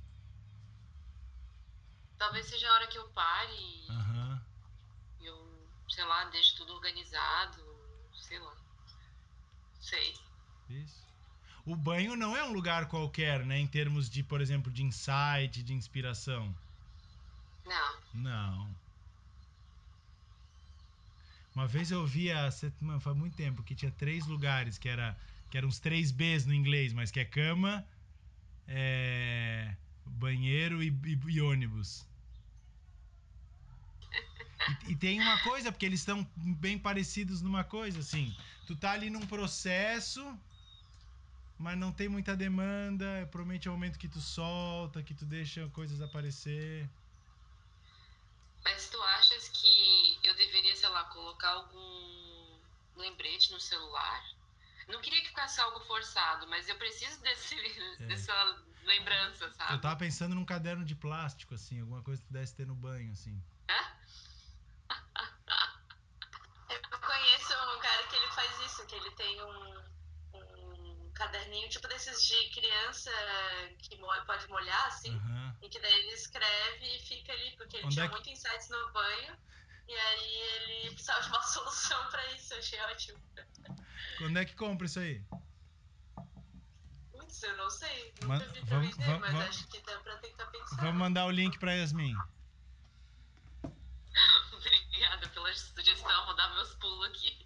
Talvez seja a hora que eu pare Aham. e eu, sei lá, deixo tudo organizado. Sei lá. Sei. Isso. O banho não é um lugar qualquer, né? Em termos de, por exemplo, de insight, de inspiração. Não. Não. Uma vez eu via, faz muito tempo, que tinha 3 lugares, que eram os 3 Bs no inglês, mas que é cama, banheiro e ônibus. E tem uma coisa, porque eles estão bem parecidos numa coisa, assim. Tu tá ali num processo, mas não tem muita demanda, provavelmente é o momento que tu solta, que tu deixa coisas aparecer. Mas tu achas que eu deveria, sei lá, colocar algum lembrete no celular? Não queria que ficasse algo forçado, mas eu preciso dessa lembrança, Eu sabe? tava pensando num caderno de plástico, assim, alguma coisa que tu pudesse ter no banho, assim. Hã? Eu conheço um cara que ele faz isso, que ele tem um caderninho tipo desses de criança que pode molhar, assim, Aham. e que daí ele escreve e fica ali, porque ele Onde tinha é que, muito insights no banho, e aí ele precisava de uma solução pra isso, eu achei ótimo. Quando é que compra isso aí? Putz, eu não sei, nunca vi pra Vamos, vender, mas acho que dá pra tentar pensar, vamos né? mandar o link pra Yasmin. Obrigada pela sugestão, vou dar meus pulos aqui.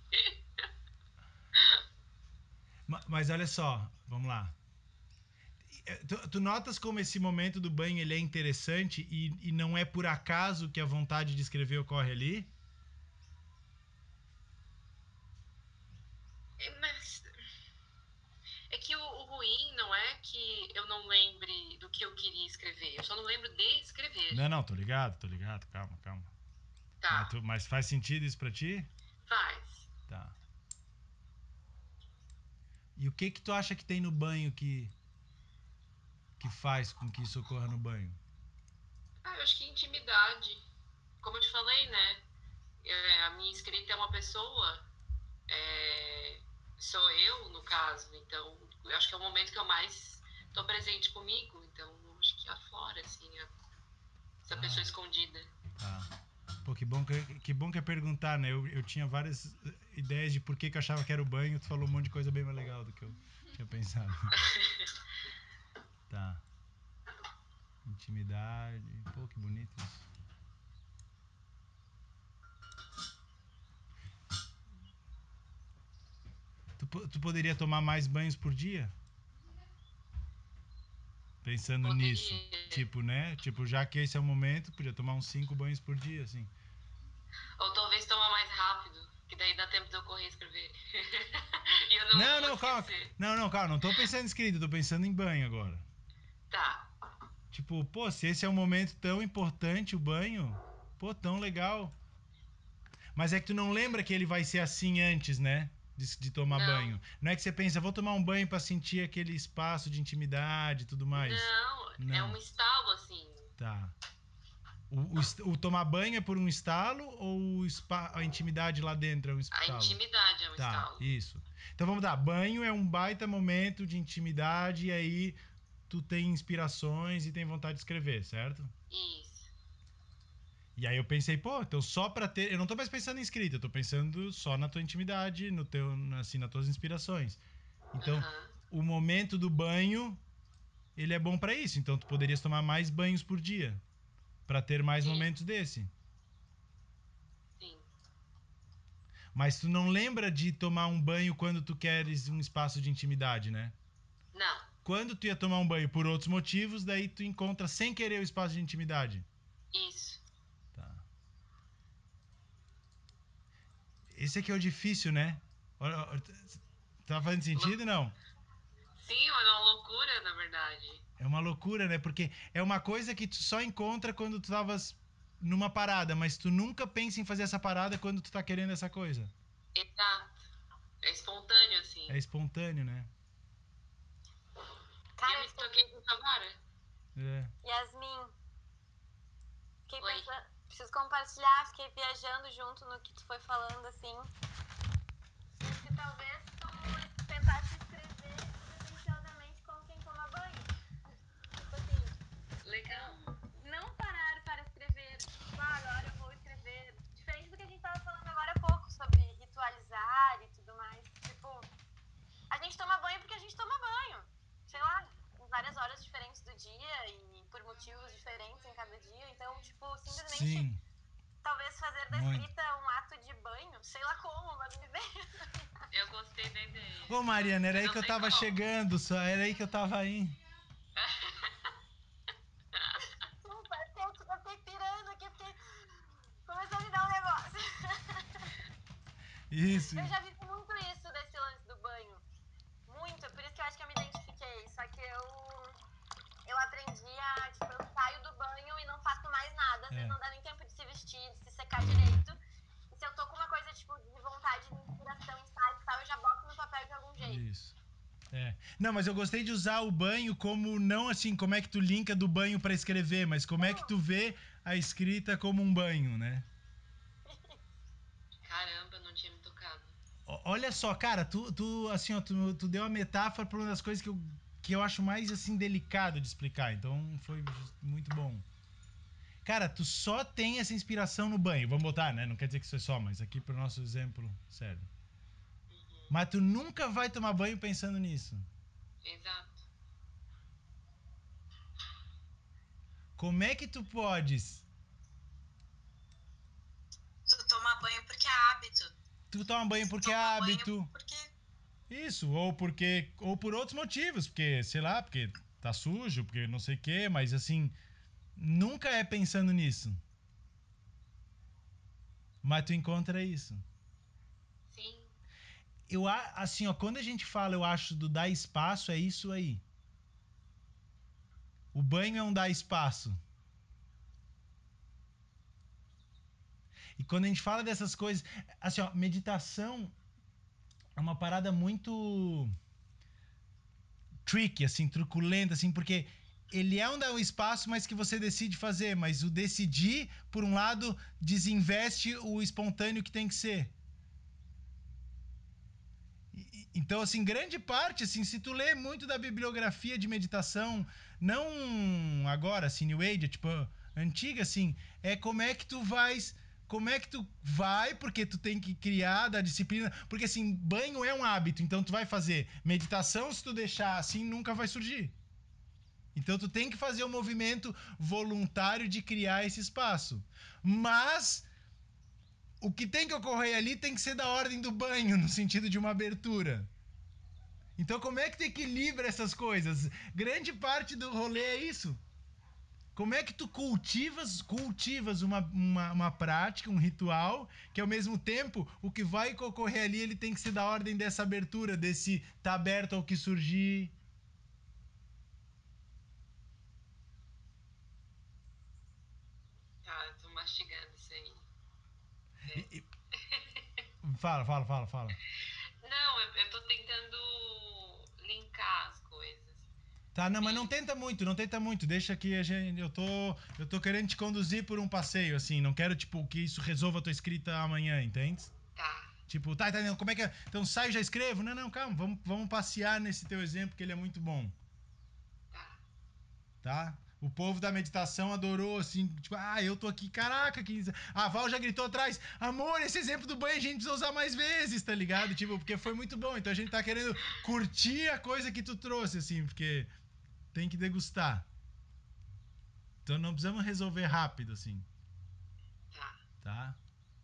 Mas olha só, vamos lá. Tu notas como esse momento do banho ele é interessante e não é por acaso que a vontade de escrever ocorre ali? Mas é que o ruim não é que eu não lembre do que eu queria escrever, eu só não lembro de escrever. Não, tô ligado, calma. Tá, Mas faz sentido isso pra ti? faz. Tá. E o que tu acha que tem no banho que faz com que isso ocorra no banho? Ah, eu acho que intimidade. Como eu te falei, né? A minha escrita é uma pessoa, é, sou eu, no caso. Então, eu acho que é o momento que eu mais tô presente comigo. Então, eu acho que aflora, assim, essa pessoa Ah, escondida. tá. Pô, que bom que é perguntar, né? Eu tinha várias ideias de por que eu achava que era o banho, tu falou um monte de coisa bem mais legal do que eu tinha pensado. Tá. Intimidade. Pô, que bonito isso. tu poderia tomar mais banhos por dia? Pensando Poderia. nisso. Tipo, né? Tipo, já que esse é o momento, podia tomar uns 5 banhos por dia, assim. Ou talvez tomar mais rápido, que daí dá tempo de eu correr e escrever. E eu não vou Calma. esquecer. Calma. Não tô pensando em escrita, tô pensando em banho agora. Tá. Tipo, pô, se esse é um momento tão importante, o banho, pô, tão legal. Mas é que tu não lembra que ele vai ser assim antes, né? De tomar Não. banho. Não é que você pensa, vou tomar um banho pra sentir aquele espaço de intimidade e tudo mais. Não, é Não. um estalo assim. Tá. O tomar banho é por um estalo ou a intimidade lá dentro é um A estalo? intimidade é um Tá, estalo. isso. Então vamos lá. Banho é um baita momento de intimidade e aí tu tem inspirações e tem vontade de escrever, certo? Isso. E aí eu pensei, pô, então só pra ter... Eu não tô mais pensando em escrita, eu tô pensando só na tua intimidade, no teu, assim, nas tuas inspirações. Então, Aham. o momento do banho, ele é bom pra isso. Então tu poderias tomar mais banhos por dia, pra ter mais Sim. momentos desse. Sim. Mas tu não lembra de tomar um banho quando tu queres um espaço de intimidade, né? Não. Quando tu ia tomar um banho por outros motivos, daí tu encontra sem querer o espaço de intimidade. Isso. Tá. Esse aqui é o difícil, né? Tá fazendo sentido, não? Sim, é uma loucura, na verdade. É uma loucura, né? Porque é uma coisa que tu só encontra quando tu tavas numa parada, mas tu nunca pensa em fazer essa parada quando tu tá querendo essa coisa. Exato. É espontâneo, assim. É espontâneo, né? E Cara, eu eu me fiquei... toquei nisso agora. É. Yasmin, fiquei Oi. pensando, preciso compartilhar, fiquei viajando junto no que tu foi falando, assim. Se talvez tu tentasse escrever despretensiosamente como quem toma banho. Tipo assim, Legal. não parar para escrever, tipo, agora eu vou escrever. Diferente do que a gente tava falando agora há pouco, sobre ritualizar e tudo mais. Tipo, a gente toma banho porque a gente toma banho. Sei lá, em várias horas diferentes do dia e por motivos diferentes em cada dia. Então, tipo, simplesmente, Sim, talvez fazer da muito. escrita um ato de banho, sei lá como, mas me veio. Eu gostei da ideia. Ô, Mariana, era aí Não que eu sei tava como. chegando, só era aí que eu tava indo. Desculpa, eu fiquei pirando aqui, porque começou a me dar um negócio. Isso. Eu já vi muito isso desse lance do banho. Muito, por isso que eu acho que eu me identifiquei. Só que eu aprendi a, tipo, eu saio do banho e não faço mais nada. Às vezes não dá nem tempo de se vestir, de se secar direito. E se eu tô com uma coisa, tipo, de vontade, de inspiração, insight e tal, eu já boto no papel de algum jeito. Isso. É. Não, mas eu gostei de usar o banho como não assim, como é que tu linka do banho pra escrever, mas como é que tu vê a escrita como um banho, né? Caramba, não tinha me tocado. Olha só, cara, assim, ó, tu deu a metáfora pra uma das coisas que eu acho mais, assim, delicado de explicar. Então, foi muito bom. Cara, tu só tem essa inspiração no banho. Vamos botar, né? Não quer dizer que isso é só, mas aqui pro nosso exemplo, sério. Mas tu nunca vai tomar banho pensando nisso. Exato. Como é que tu podes? Tu toma banho porque é hábito. Tu toma banho porque é Toma banho hábito. porque... Isso, ou por outros motivos, porque, sei lá, porque tá sujo, porque não sei o quê, mas assim, nunca é pensando nisso. Mas tu encontra isso. Sim. Assim, ó, quando a gente fala, eu acho, do dar espaço, é isso aí. O banho é um dar espaço. E quando a gente fala dessas coisas, assim, ó, meditação é uma parada muito tricky, assim, truculenta, assim, porque ele é um dar um espaço, mas que você decide fazer, mas o decidir, por um lado, desinveste o espontâneo que tem que ser. Então, assim, grande parte, assim, se tu lê muito da bibliografia de meditação, não agora, assim, New Age, tipo, antiga, assim, é como é que tu vai, porque tu tem que criar da disciplina, porque, assim, banho é um hábito, então tu vai fazer meditação, se tu deixar assim, nunca vai surgir. Então tu tem que fazer o movimento voluntário de criar esse espaço. Mas o que tem que ocorrer ali tem que ser da ordem do banho, no sentido de uma abertura. Então como é que tu equilibra essas coisas? Grande parte do rolê é isso. Como é que tu cultivas uma prática, um ritual, que ao mesmo tempo o que vai ocorrer ali ele tem que ser da ordem dessa abertura, desse tá aberto ao que surgir. Tá, tô mastigando isso aí. E- É. e- fala. Não, eu tô tentando linkar as coisas. Tá, não, mas E não tenta muito. Deixa que a gente, eu tô querendo te conduzir por um passeio, assim. Não quero, tipo, que isso resolva a tua escrita amanhã, entende? tá, Tipo, tá, não, como é que é? Então saio e já escrevo? Não, calma, vamos passear nesse teu exemplo que ele é muito bom, tá. tá? O povo da meditação adorou, assim, tipo, eu tô aqui, caraca, a Val já gritou atrás, amor, esse exemplo do banho a gente precisa usar mais vezes, tá ligado? Tipo, porque foi muito bom, então a gente tá querendo curtir a coisa que tu trouxe, assim, porque tem que degustar. Então não precisamos resolver rápido, assim, Tá. tá?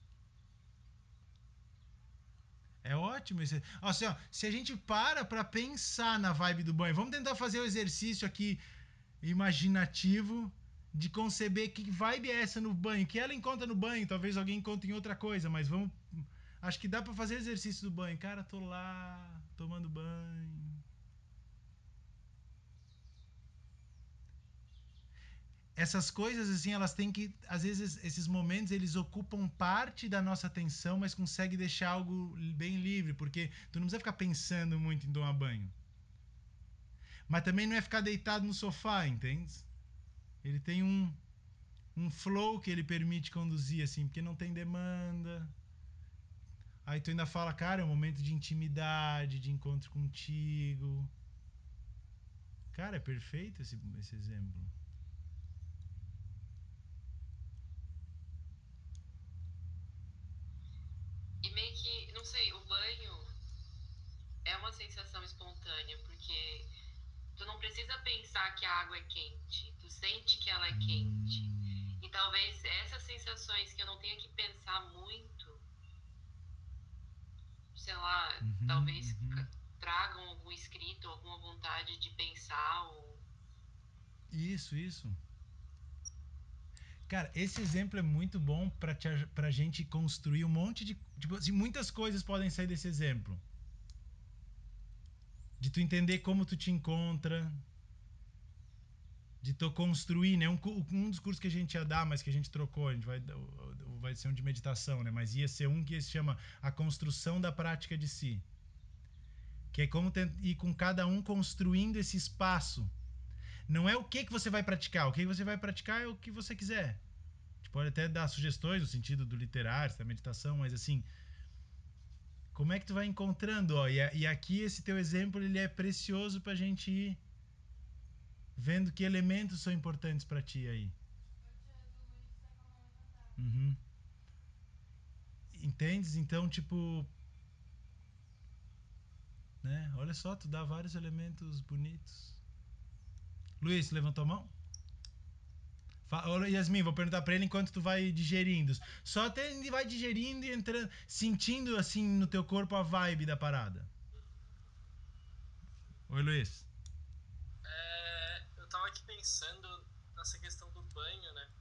É ótimo esse. Assim, ó, se a gente para pra pensar na vibe do banho, vamos tentar fazer o exercício aqui imaginativo de conceber que vibe é essa no banho, que ela encontra no banho, talvez alguém encontre em outra coisa, mas vamos. Acho que dá pra fazer exercício do banho. Cara, tô lá, tomando banho. Essas coisas, assim, elas têm que. Às vezes, esses momentos, eles ocupam parte da nossa atenção, mas consegue deixar algo bem livre, porque tu não precisa ficar pensando muito em tomar banho. Mas também não é ficar deitado no sofá, entende? Ele tem um flow que ele permite conduzir, assim, porque não tem demanda. Aí tu ainda fala, cara, é um momento de intimidade, de encontro contigo. Cara, é perfeito esse exemplo. E meio que, não sei, o banho é uma sensação espontânea, porque tu não precisa pensar que a água é quente, tu sente que ela é quente. Hum, E talvez essas sensações que eu não tenha que pensar muito, sei lá, talvez uhum. tragam algum escrito, alguma vontade de pensar ou Isso. Cara, esse exemplo é muito bom pra gente construir um monte de. Tipo assim, muitas coisas podem sair desse exemplo. De tu entender como tu te encontra, de tu construir, né? Um dos cursos que a gente ia dar, mas que a gente trocou, a gente vai ser um de meditação, né? Mas ia ser um que se chama A Construção da Prática de Si. Que é como ir com cada um construindo esse espaço. Não é o que você vai praticar, o que você vai praticar é o que você quiser. A gente pode até dar sugestões no sentido do literário, da meditação, mas assim, como é que tu vai encontrando, ó? E aqui esse teu exemplo, ele é precioso pra gente ir vendo que elementos são importantes pra ti aí. Uhum. Entendes? Então, tipo, né? Olha só, tu dá vários elementos bonitos. Luiz, levantou a mão? Yasmin, vou perguntar pra ele enquanto tu vai digerindo. Só até ele vai digerindo e entrando, sentindo assim no teu corpo a vibe da parada. Oi, Luiz. Eu tava aqui pensando nessa questão do banho, né?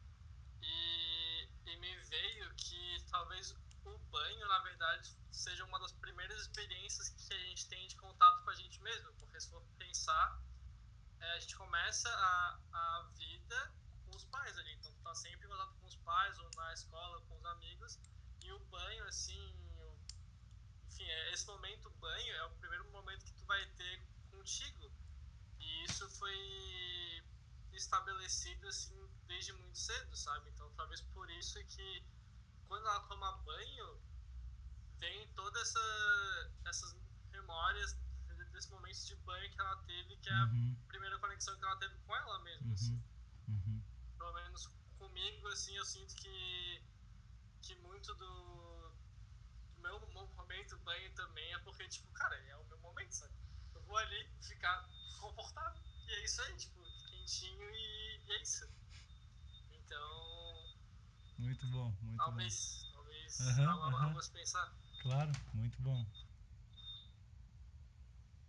E me veio que talvez o banho, na verdade, seja uma das primeiras experiências que a gente tem de contato com a gente mesmo. Porque se for pensar, a gente começa a vida com os pais ali. Então, tu tá sempre em contato com os pais, ou na escola, com os amigos. E o banho, assim, enfim, esse momento banho é o primeiro momento que tu vai ter contigo. E isso foi estabelecido assim desde muito cedo, sabe? Então, talvez por isso que quando ela toma banho, vem todas essas memórias desses momentos de banho que ela teve, que é a Uhum, primeira conexão que ela teve com ela mesma, assim. uhum, uhum, Pelo menos comigo, assim, eu sinto que muito do meu momento banho também é porque, tipo, cara, é o meu momento, sabe? Eu vou ali ficar confortável e é isso aí, tipo, quentinho e é isso. Então, muito bom, muito bom. talvez Aham, algo aham, a se pensar. claro, muito bom.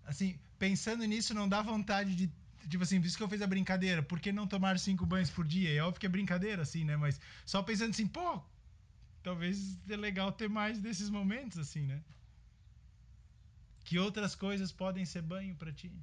Assim, pensando nisso, não dá vontade de... Tipo assim, visto que eu fiz a brincadeira, por que não tomar 5 banhos por dia? É óbvio que é brincadeira, assim, né? Mas só pensando assim, pô, talvez é legal ter mais desses momentos, assim, né? Que outras coisas podem ser banho pra ti?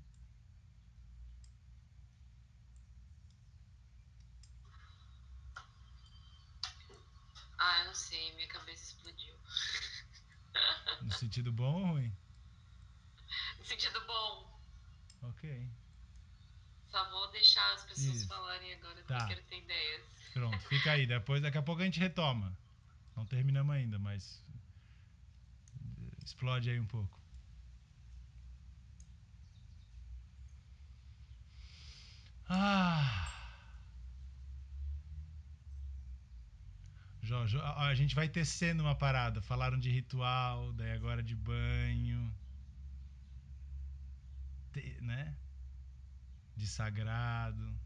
Ah, eu não sei, minha cabeça explodiu. No sentido bom ou ruim? No sentido bom. Ok. Só vou deixar as pessoas Isso. falarem agora, porque eu Tá. quero ter ideias. Pronto, fica aí. Daqui a pouco a gente retoma. Não terminamos ainda, mas explode aí um pouco. Ah. Jorge, a gente vai tecendo uma parada. Falaram de ritual, daí agora de banho, né? De sagrado.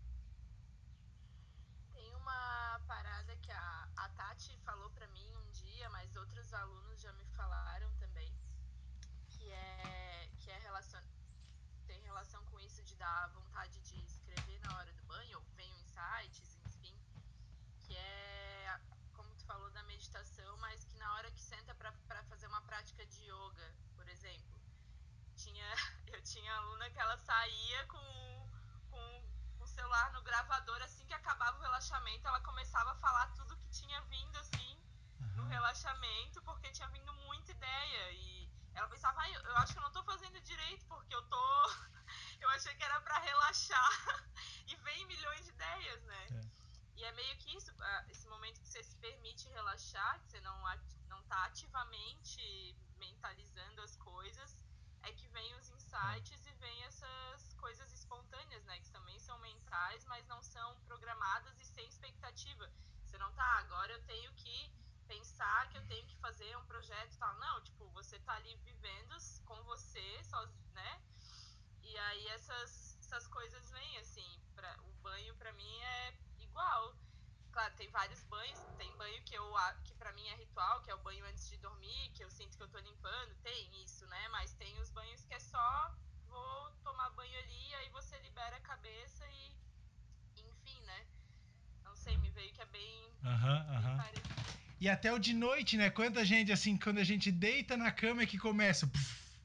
Tem uma parada que a Tati falou pra mim um dia, mas outros alunos já me falaram também, que é tem relação com isso de dar vontade de escrever na hora do banho, ou venham insights, enfim, que é, como tu falou, da meditação, mas que na hora que senta pra fazer uma prática de yoga, por exemplo, tinha, eu tinha aluna que ela saía com o celular no gravador, assim que acabava o relaxamento, ela começava a falar tudo que tinha vindo, assim, no Aham. relaxamento, porque tinha vindo muita ideia. E ela pensava, ah, eu acho que eu não tô fazendo direito, porque eu tô. Eu achei que era pra relaxar. E vem milhões de ideias, né? É. E é meio que isso, esse momento que você se permite relaxar, que você não tá ativamente mentalizando as coisas, é que vem os insights e vem essas coisas espontâneas, né? Que também são mentais, mas não são programadas e sem expectativa. Você não tá, agora eu tenho que pensar que eu tenho que fazer um projeto e tal. Não, tipo, você tá ali vivendo com você, né? E aí essas coisas vêm, assim. O banho pra mim é igual. Claro, tem vários banhos. Tem banho que pra mim é ritual, que é o banho antes de dormir, que eu sinto que eu tô limpando. Tem isso, né? Mas tem os banhos que é só vou tomar banho ali, aí você libera a cabeça e enfim, né? Não sei, me veio que é Aham, bem aham. parecido. E até o de noite, né? Quanta gente, assim, quando a gente deita na cama é que começa. Puf,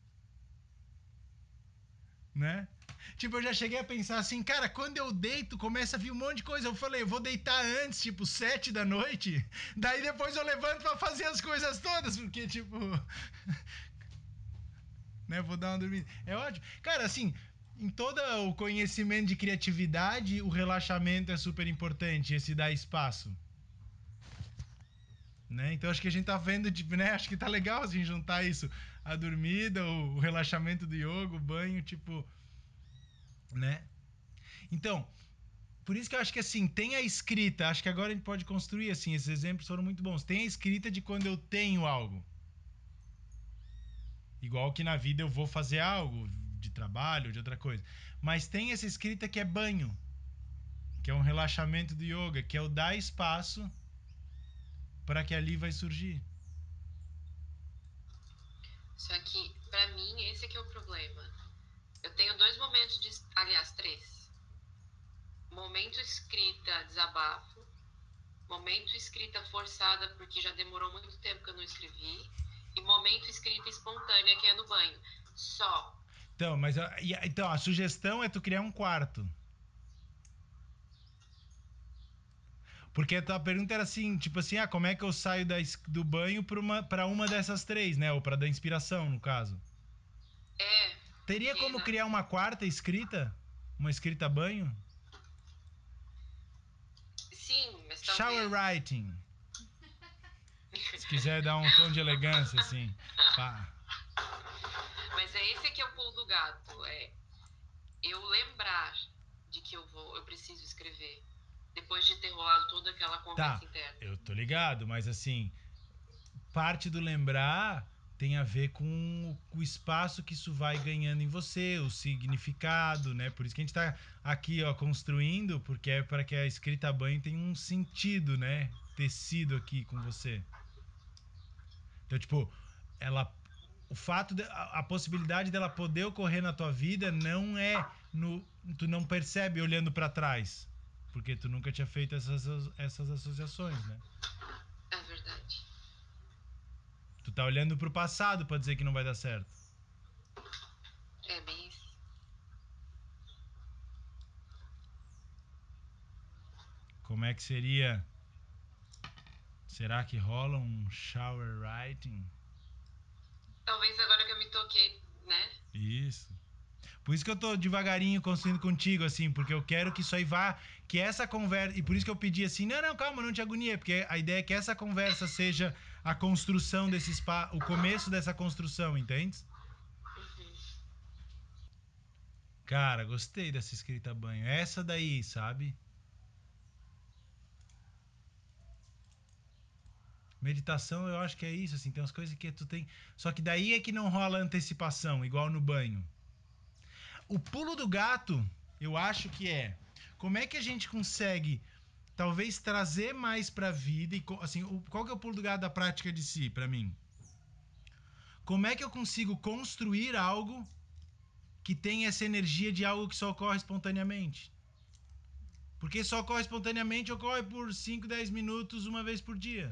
né? Tipo, eu já cheguei a pensar assim, cara, quando eu deito, começa a vir um monte de coisa. Eu falei, eu vou deitar antes, tipo, 7 da noite. Daí depois eu levanto pra fazer as coisas todas, porque, tipo. Né, vou dar uma dormida. É ótimo. Cara, assim, em todo o conhecimento de criatividade, o relaxamento é super importante, esse dar espaço. Né? Então acho que a gente tá vendo, tipo, né? Acho que tá legal assim juntar isso, a dormida, o relaxamento do yoga, o banho, tipo, né? Então, por isso que eu acho que assim, tem a escrita, acho que agora a gente pode construir assim, esses exemplos foram muito bons. Tem a escrita de quando eu tenho algo. Igual que na vida eu vou fazer algo de trabalho, de outra coisa. Mas tem essa escrita que é banho, que é um relaxamento do yoga, que é o dar espaço para que ali vai surgir. Só que, pra mim, esse aqui é o problema. Eu tenho dois momentos de. Aliás, três. Momento escrita, desabafo. Momento escrita forçada, porque já demorou muito tempo que eu não escrevi. E momento escrita espontânea, que é no banho. Só. Então, mas então a sugestão é tu criar um quarto. Porque a tua pergunta era assim, tipo assim, como é que eu saio do banho pra uma dessas três, né? Ou pra da inspiração, no caso. É, Teria porque. como criar uma quarta escrita? Uma escrita banho? Sim, mas Shower talvez. writing. Se quiser dar um tom de elegância, assim. Pá. Mas é esse que é o pulo do gato. É eu lembrar de que eu preciso escrever. Depois de ter rolado toda aquela Tá, conversa interna. eu tô ligado, mas assim, parte do lembrar tem a ver com o espaço que isso vai ganhando em você, o significado, né? Por isso que a gente tá aqui, ó, construindo, porque é para que a escrita a banho tenha um sentido, né? Tecido aqui com você. Então, tipo, ela o fato, a possibilidade dela poder ocorrer na tua vida não é tu não percebe olhando pra trás, porque tu nunca tinha feito essas associações, né? É verdade. Tu tá olhando pro passado pra dizer que não vai dar certo. É bem isso. Como é que seria? Será que rola um shower writing? Talvez agora que eu me toquei, né? Isso. Por isso que eu tô devagarinho construindo contigo, assim, porque eu quero que isso aí vá, que essa conversa, e por isso que eu pedi assim, não, calma, não te agonia, porque a ideia é que essa conversa seja a construção desse espaço, o começo dessa construção, entende? Uhum. Cara, gostei dessa escrita a banho. Essa daí, sabe? Meditação, eu acho que é isso, assim, tem umas coisas que tu tem. Só que daí é que não rola antecipação, igual no banho. O pulo do gato, eu acho que é como é que a gente consegue talvez trazer mais pra vida e assim, qual que é o pulo do gato da prática de si pra mim? Como é que eu consigo construir algo que tem essa energia de algo que só ocorre espontaneamente? Porque só ocorre espontaneamente, ocorre por 5, 10 minutos uma vez por dia.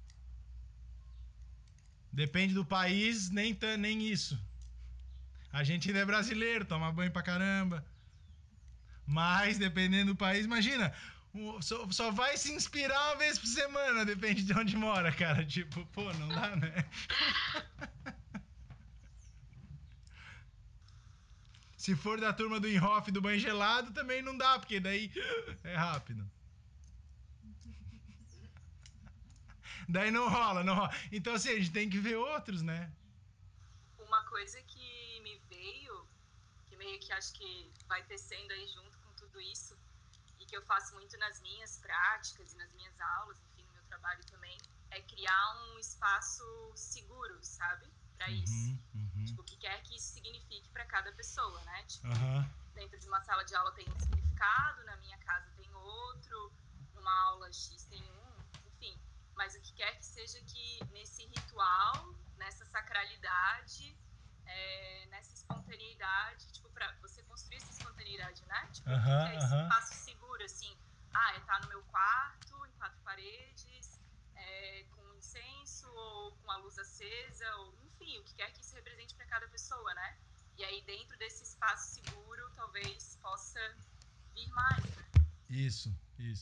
Depende do país, nem isso. A gente ainda é brasileiro, toma banho pra caramba. Mas, dependendo do país, imagina, só vai se inspirar uma vez por semana, depende de onde mora, cara. Tipo, pô, não dá, né? Se for da turma do Inhofe do banho gelado, também não dá, porque daí é rápido. Daí não rola, não rola. Então, assim, a gente tem que ver outros, né? Uma coisa que me veio, que meio que acho que vai tecendo aí junto com tudo isso, e que eu faço muito nas minhas práticas e nas minhas aulas, enfim, no meu trabalho também, é criar um espaço seguro, sabe? Pra isso. Tipo, o que quer que isso signifique pra cada pessoa, né? Tipo, dentro de uma sala de aula tem um significado, na minha casa tem outro, numa aula X tem um, enfim. Mas o que quer que seja que nesse ritual, nessa sacralidade, nessa espontaneidade, tipo, pra você construir essa espontaneidade, né? Tipo, o que é esse espaço seguro, assim? Tá no meu quarto, em 4 paredes, com incenso, ou com a luz acesa, ou enfim, o que quer que isso represente para cada pessoa, né? E aí, dentro desse espaço seguro, talvez possa vir mais, né? Isso.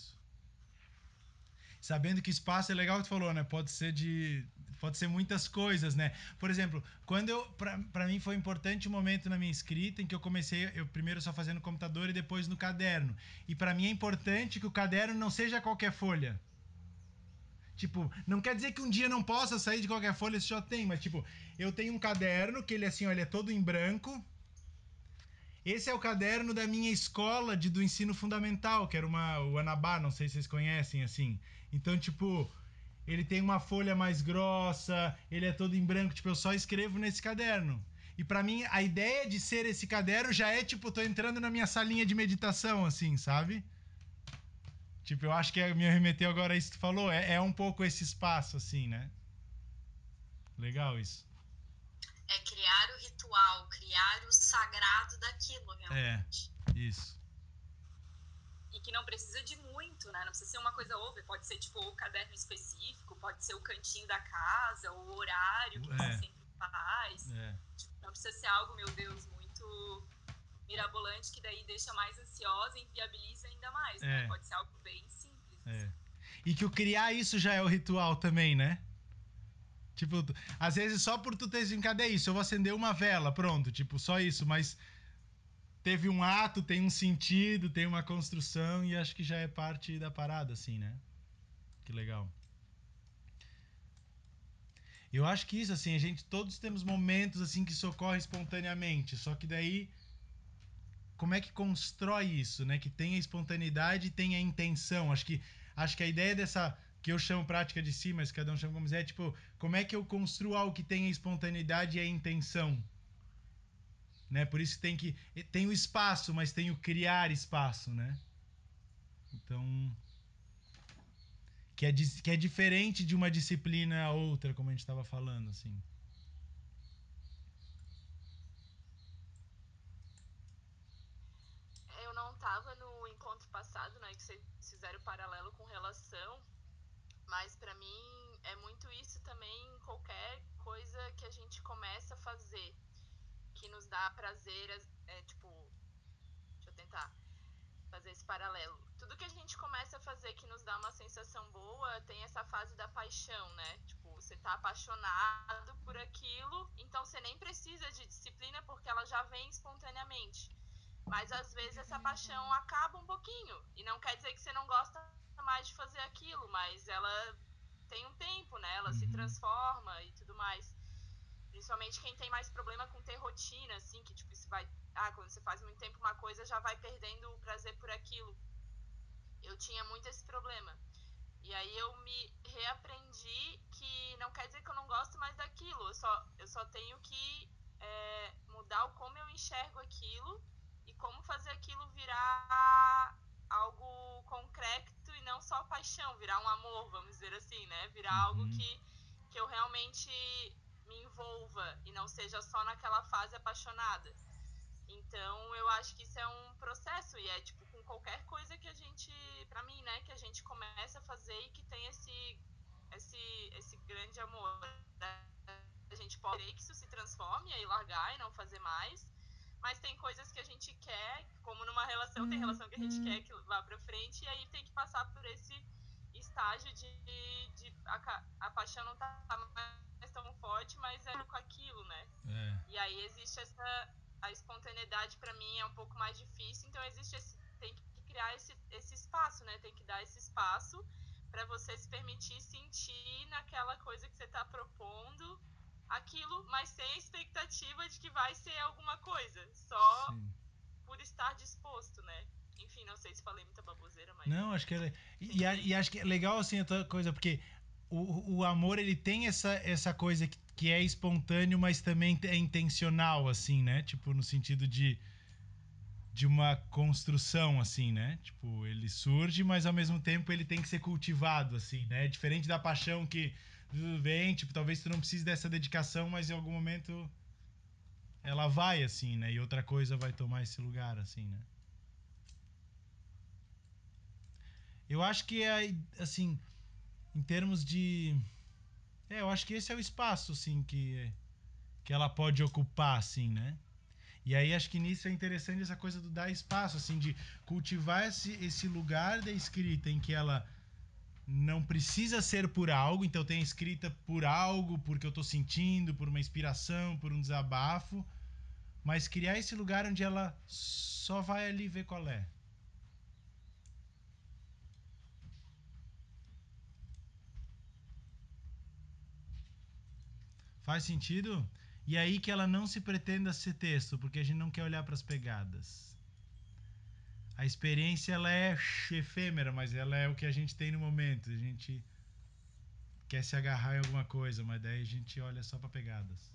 Sabendo que espaço é legal que tu falou, né? Pode ser muitas coisas, né? Por exemplo, pra mim foi importante um momento na minha escrita em que eu comecei, eu primeiro só fazendo no computador e depois no caderno. E pra mim é importante que o caderno não seja qualquer folha. Tipo, não quer dizer que um dia não possa sair de qualquer folha, se já tem, mas tipo, eu tenho um caderno que ele assim, olha, é todo em branco. Esse é o caderno da minha escola do ensino fundamental, que era o Anabá, não sei se vocês conhecem, assim. Então, tipo, ele tem uma folha mais grossa, ele é todo em branco, tipo, eu só escrevo nesse caderno. E pra mim, a ideia de ser esse caderno já é, tipo, tô entrando na minha salinha de meditação, assim, sabe? Tipo, eu acho que me remeteu agora a isso que tu falou, é um pouco esse espaço, assim, né? Legal isso. É criar o ritual, criar o sagrado daquilo, realmente. Isso. E que não precisa de muito, né? Não precisa ser uma coisa over, pode ser tipo o caderno específico, pode ser o cantinho da casa, o horário que você sempre faz. Tipo, não precisa ser algo, meu Deus, muito mirabolante que daí deixa mais ansiosa e inviabiliza ainda mais, né? Pode ser algo bem simples. Assim. E que o criar isso já é o ritual também, né? Tipo, às vezes só por tu ter assim, cadê isso? Eu vou acender uma vela, pronto, tipo, só isso, mas teve um ato, tem um sentido, tem uma construção e acho que já é parte da parada, assim, né? Que legal. Eu acho que isso, assim, todos temos momentos, assim, que socorre espontaneamente, só que daí, como é que constrói isso, né? Que tem a espontaneidade e tem a intenção. Acho que a ideia dessa, que eu chamo prática de si, mas cada um chama como quiser, tipo, como é que eu construo algo que tem a espontaneidade e a intenção? Né? Por isso que tem o espaço, mas tem o criar espaço, né? Então, que é diferente de uma disciplina a outra, como a gente estava falando, assim. vocês fizeram paralelo com relação, mas pra mim é muito isso também em qualquer coisa que a gente começa a fazer, que nos dá prazer, tipo, deixa eu tentar fazer esse paralelo. Tudo que a gente começa a fazer que nos dá uma sensação boa, tem essa fase da paixão, né? Tipo, você tá apaixonado por aquilo, então você nem precisa de disciplina porque ela já vem espontaneamente. Mas às vezes essa paixão acaba um pouquinho, e não quer dizer que você não gosta mais de fazer aquilo, mas ela tem um tempo, né? Ela se transforma e tudo mais. Principalmente quem tem mais problema com ter rotina, assim, que tipo, isso vai... quando você faz muito tempo uma coisa, já vai perdendo o prazer por aquilo. Eu tinha muito esse problema. E aí eu me reaprendi que não quer dizer que eu não gosto mais daquilo. Eu só tenho que mudar o como eu enxergo aquilo e como fazer aquilo virar algo concreto e não só paixão, virar um amor, vamos dizer assim, né? Virar algo que eu realmente me envolva e não seja só naquela fase apaixonada. Então, eu acho que isso é um processo e é tipo com qualquer coisa que a gente, pra mim, né, que a gente começa a fazer e que tem esse grande amor. A gente pode querer que isso se transforme e aí largar e não fazer mais, mas tem coisas que a gente quer, como numa relação, tem relação que a gente quer que vá pra frente e aí tem que passar por esse estágio de a paixão não tá mais tão forte, mas é com aquilo, né? E aí existe a espontaneidade pra mim é um pouco mais difícil, então tem que criar esse espaço, né? Tem que dar esse espaço para você se permitir sentir naquela coisa que você tá propondo aquilo, mas sem a expectativa de que vai ser alguma coisa, só por estar disposto, né? Enfim, não sei se falei muita baboseira, mas... Não, acho que é... E acho que é legal, assim, a tua coisa, porque o amor, ele tem essa coisa que é espontâneo, mas também é intencional, assim, né? Tipo, no sentido de uma construção, assim, né? Tipo, ele surge, mas ao mesmo tempo ele tem que ser cultivado, assim, né? Diferente da paixão que vem, tipo, talvez tu não precise dessa dedicação, mas em algum momento ela vai, assim, né? E outra coisa vai tomar esse lugar, assim, né? Eu acho que é, assim, em termos de... eu acho que esse é o espaço, assim, que ela pode ocupar, assim, né? E aí acho que nisso é interessante essa coisa do dar espaço, assim, de cultivar esse lugar da escrita em que ela não precisa ser por algo, então tem escrita por algo, porque eu tô sentindo, por uma inspiração, por um desabafo, mas criar esse lugar onde ela só vai ali ver qual é. Faz sentido? E aí que ela não se pretenda ser texto, porque a gente não quer olhar para as pegadas. A experiência, ela é efêmera, mas ela é o que a gente tem no momento. A gente quer se agarrar em alguma coisa, mas daí a gente olha só para pegadas.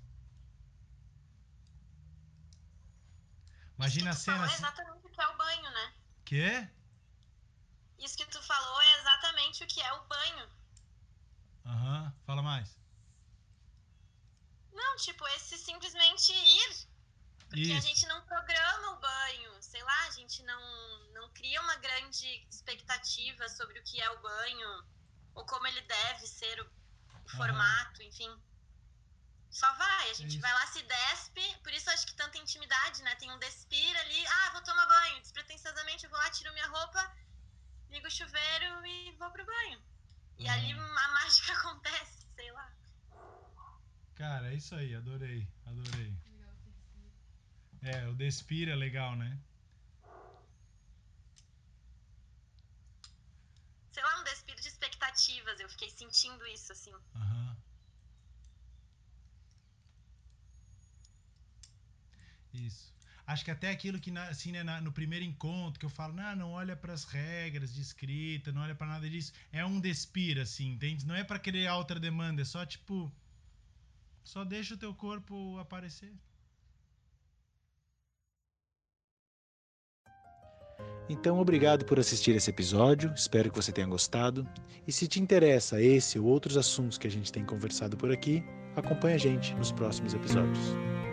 Imagina a cena assim... Isso que tu falou é exatamente o que é o banho, né? Quê? Isso que tu falou é exatamente o que é o banho. Fala mais. Não, tipo, esse simplesmente ir. Porque a gente não programa o banho, sei lá, a gente não cria uma grande expectativa sobre o que é o banho, ou como ele deve ser o formato, enfim. Só vai, a gente vai lá, se despe, por isso acho que tanta intimidade, né? Tem um despir ali, vou tomar banho, despretensiosamente eu vou lá, tiro minha roupa, ligo o chuveiro e vou pro banho. E ali a mágica acontece, sei lá. Cara, é isso aí, adorei. O despir é legal, né? Sei lá, um despir de expectativas, eu fiquei sentindo isso, assim. Isso. Acho que até aquilo que, assim, né, no primeiro encontro, que eu falo, não olha para as regras de escrita, não olha para nada disso. É um despir, assim, entende? Não é para querer outra demanda, é só, tipo, só deixa o teu corpo aparecer. Então, obrigado por assistir esse episódio, espero que você tenha gostado. E se te interessa esse ou outros assuntos que a gente tem conversado por aqui, acompanhe a gente nos próximos episódios.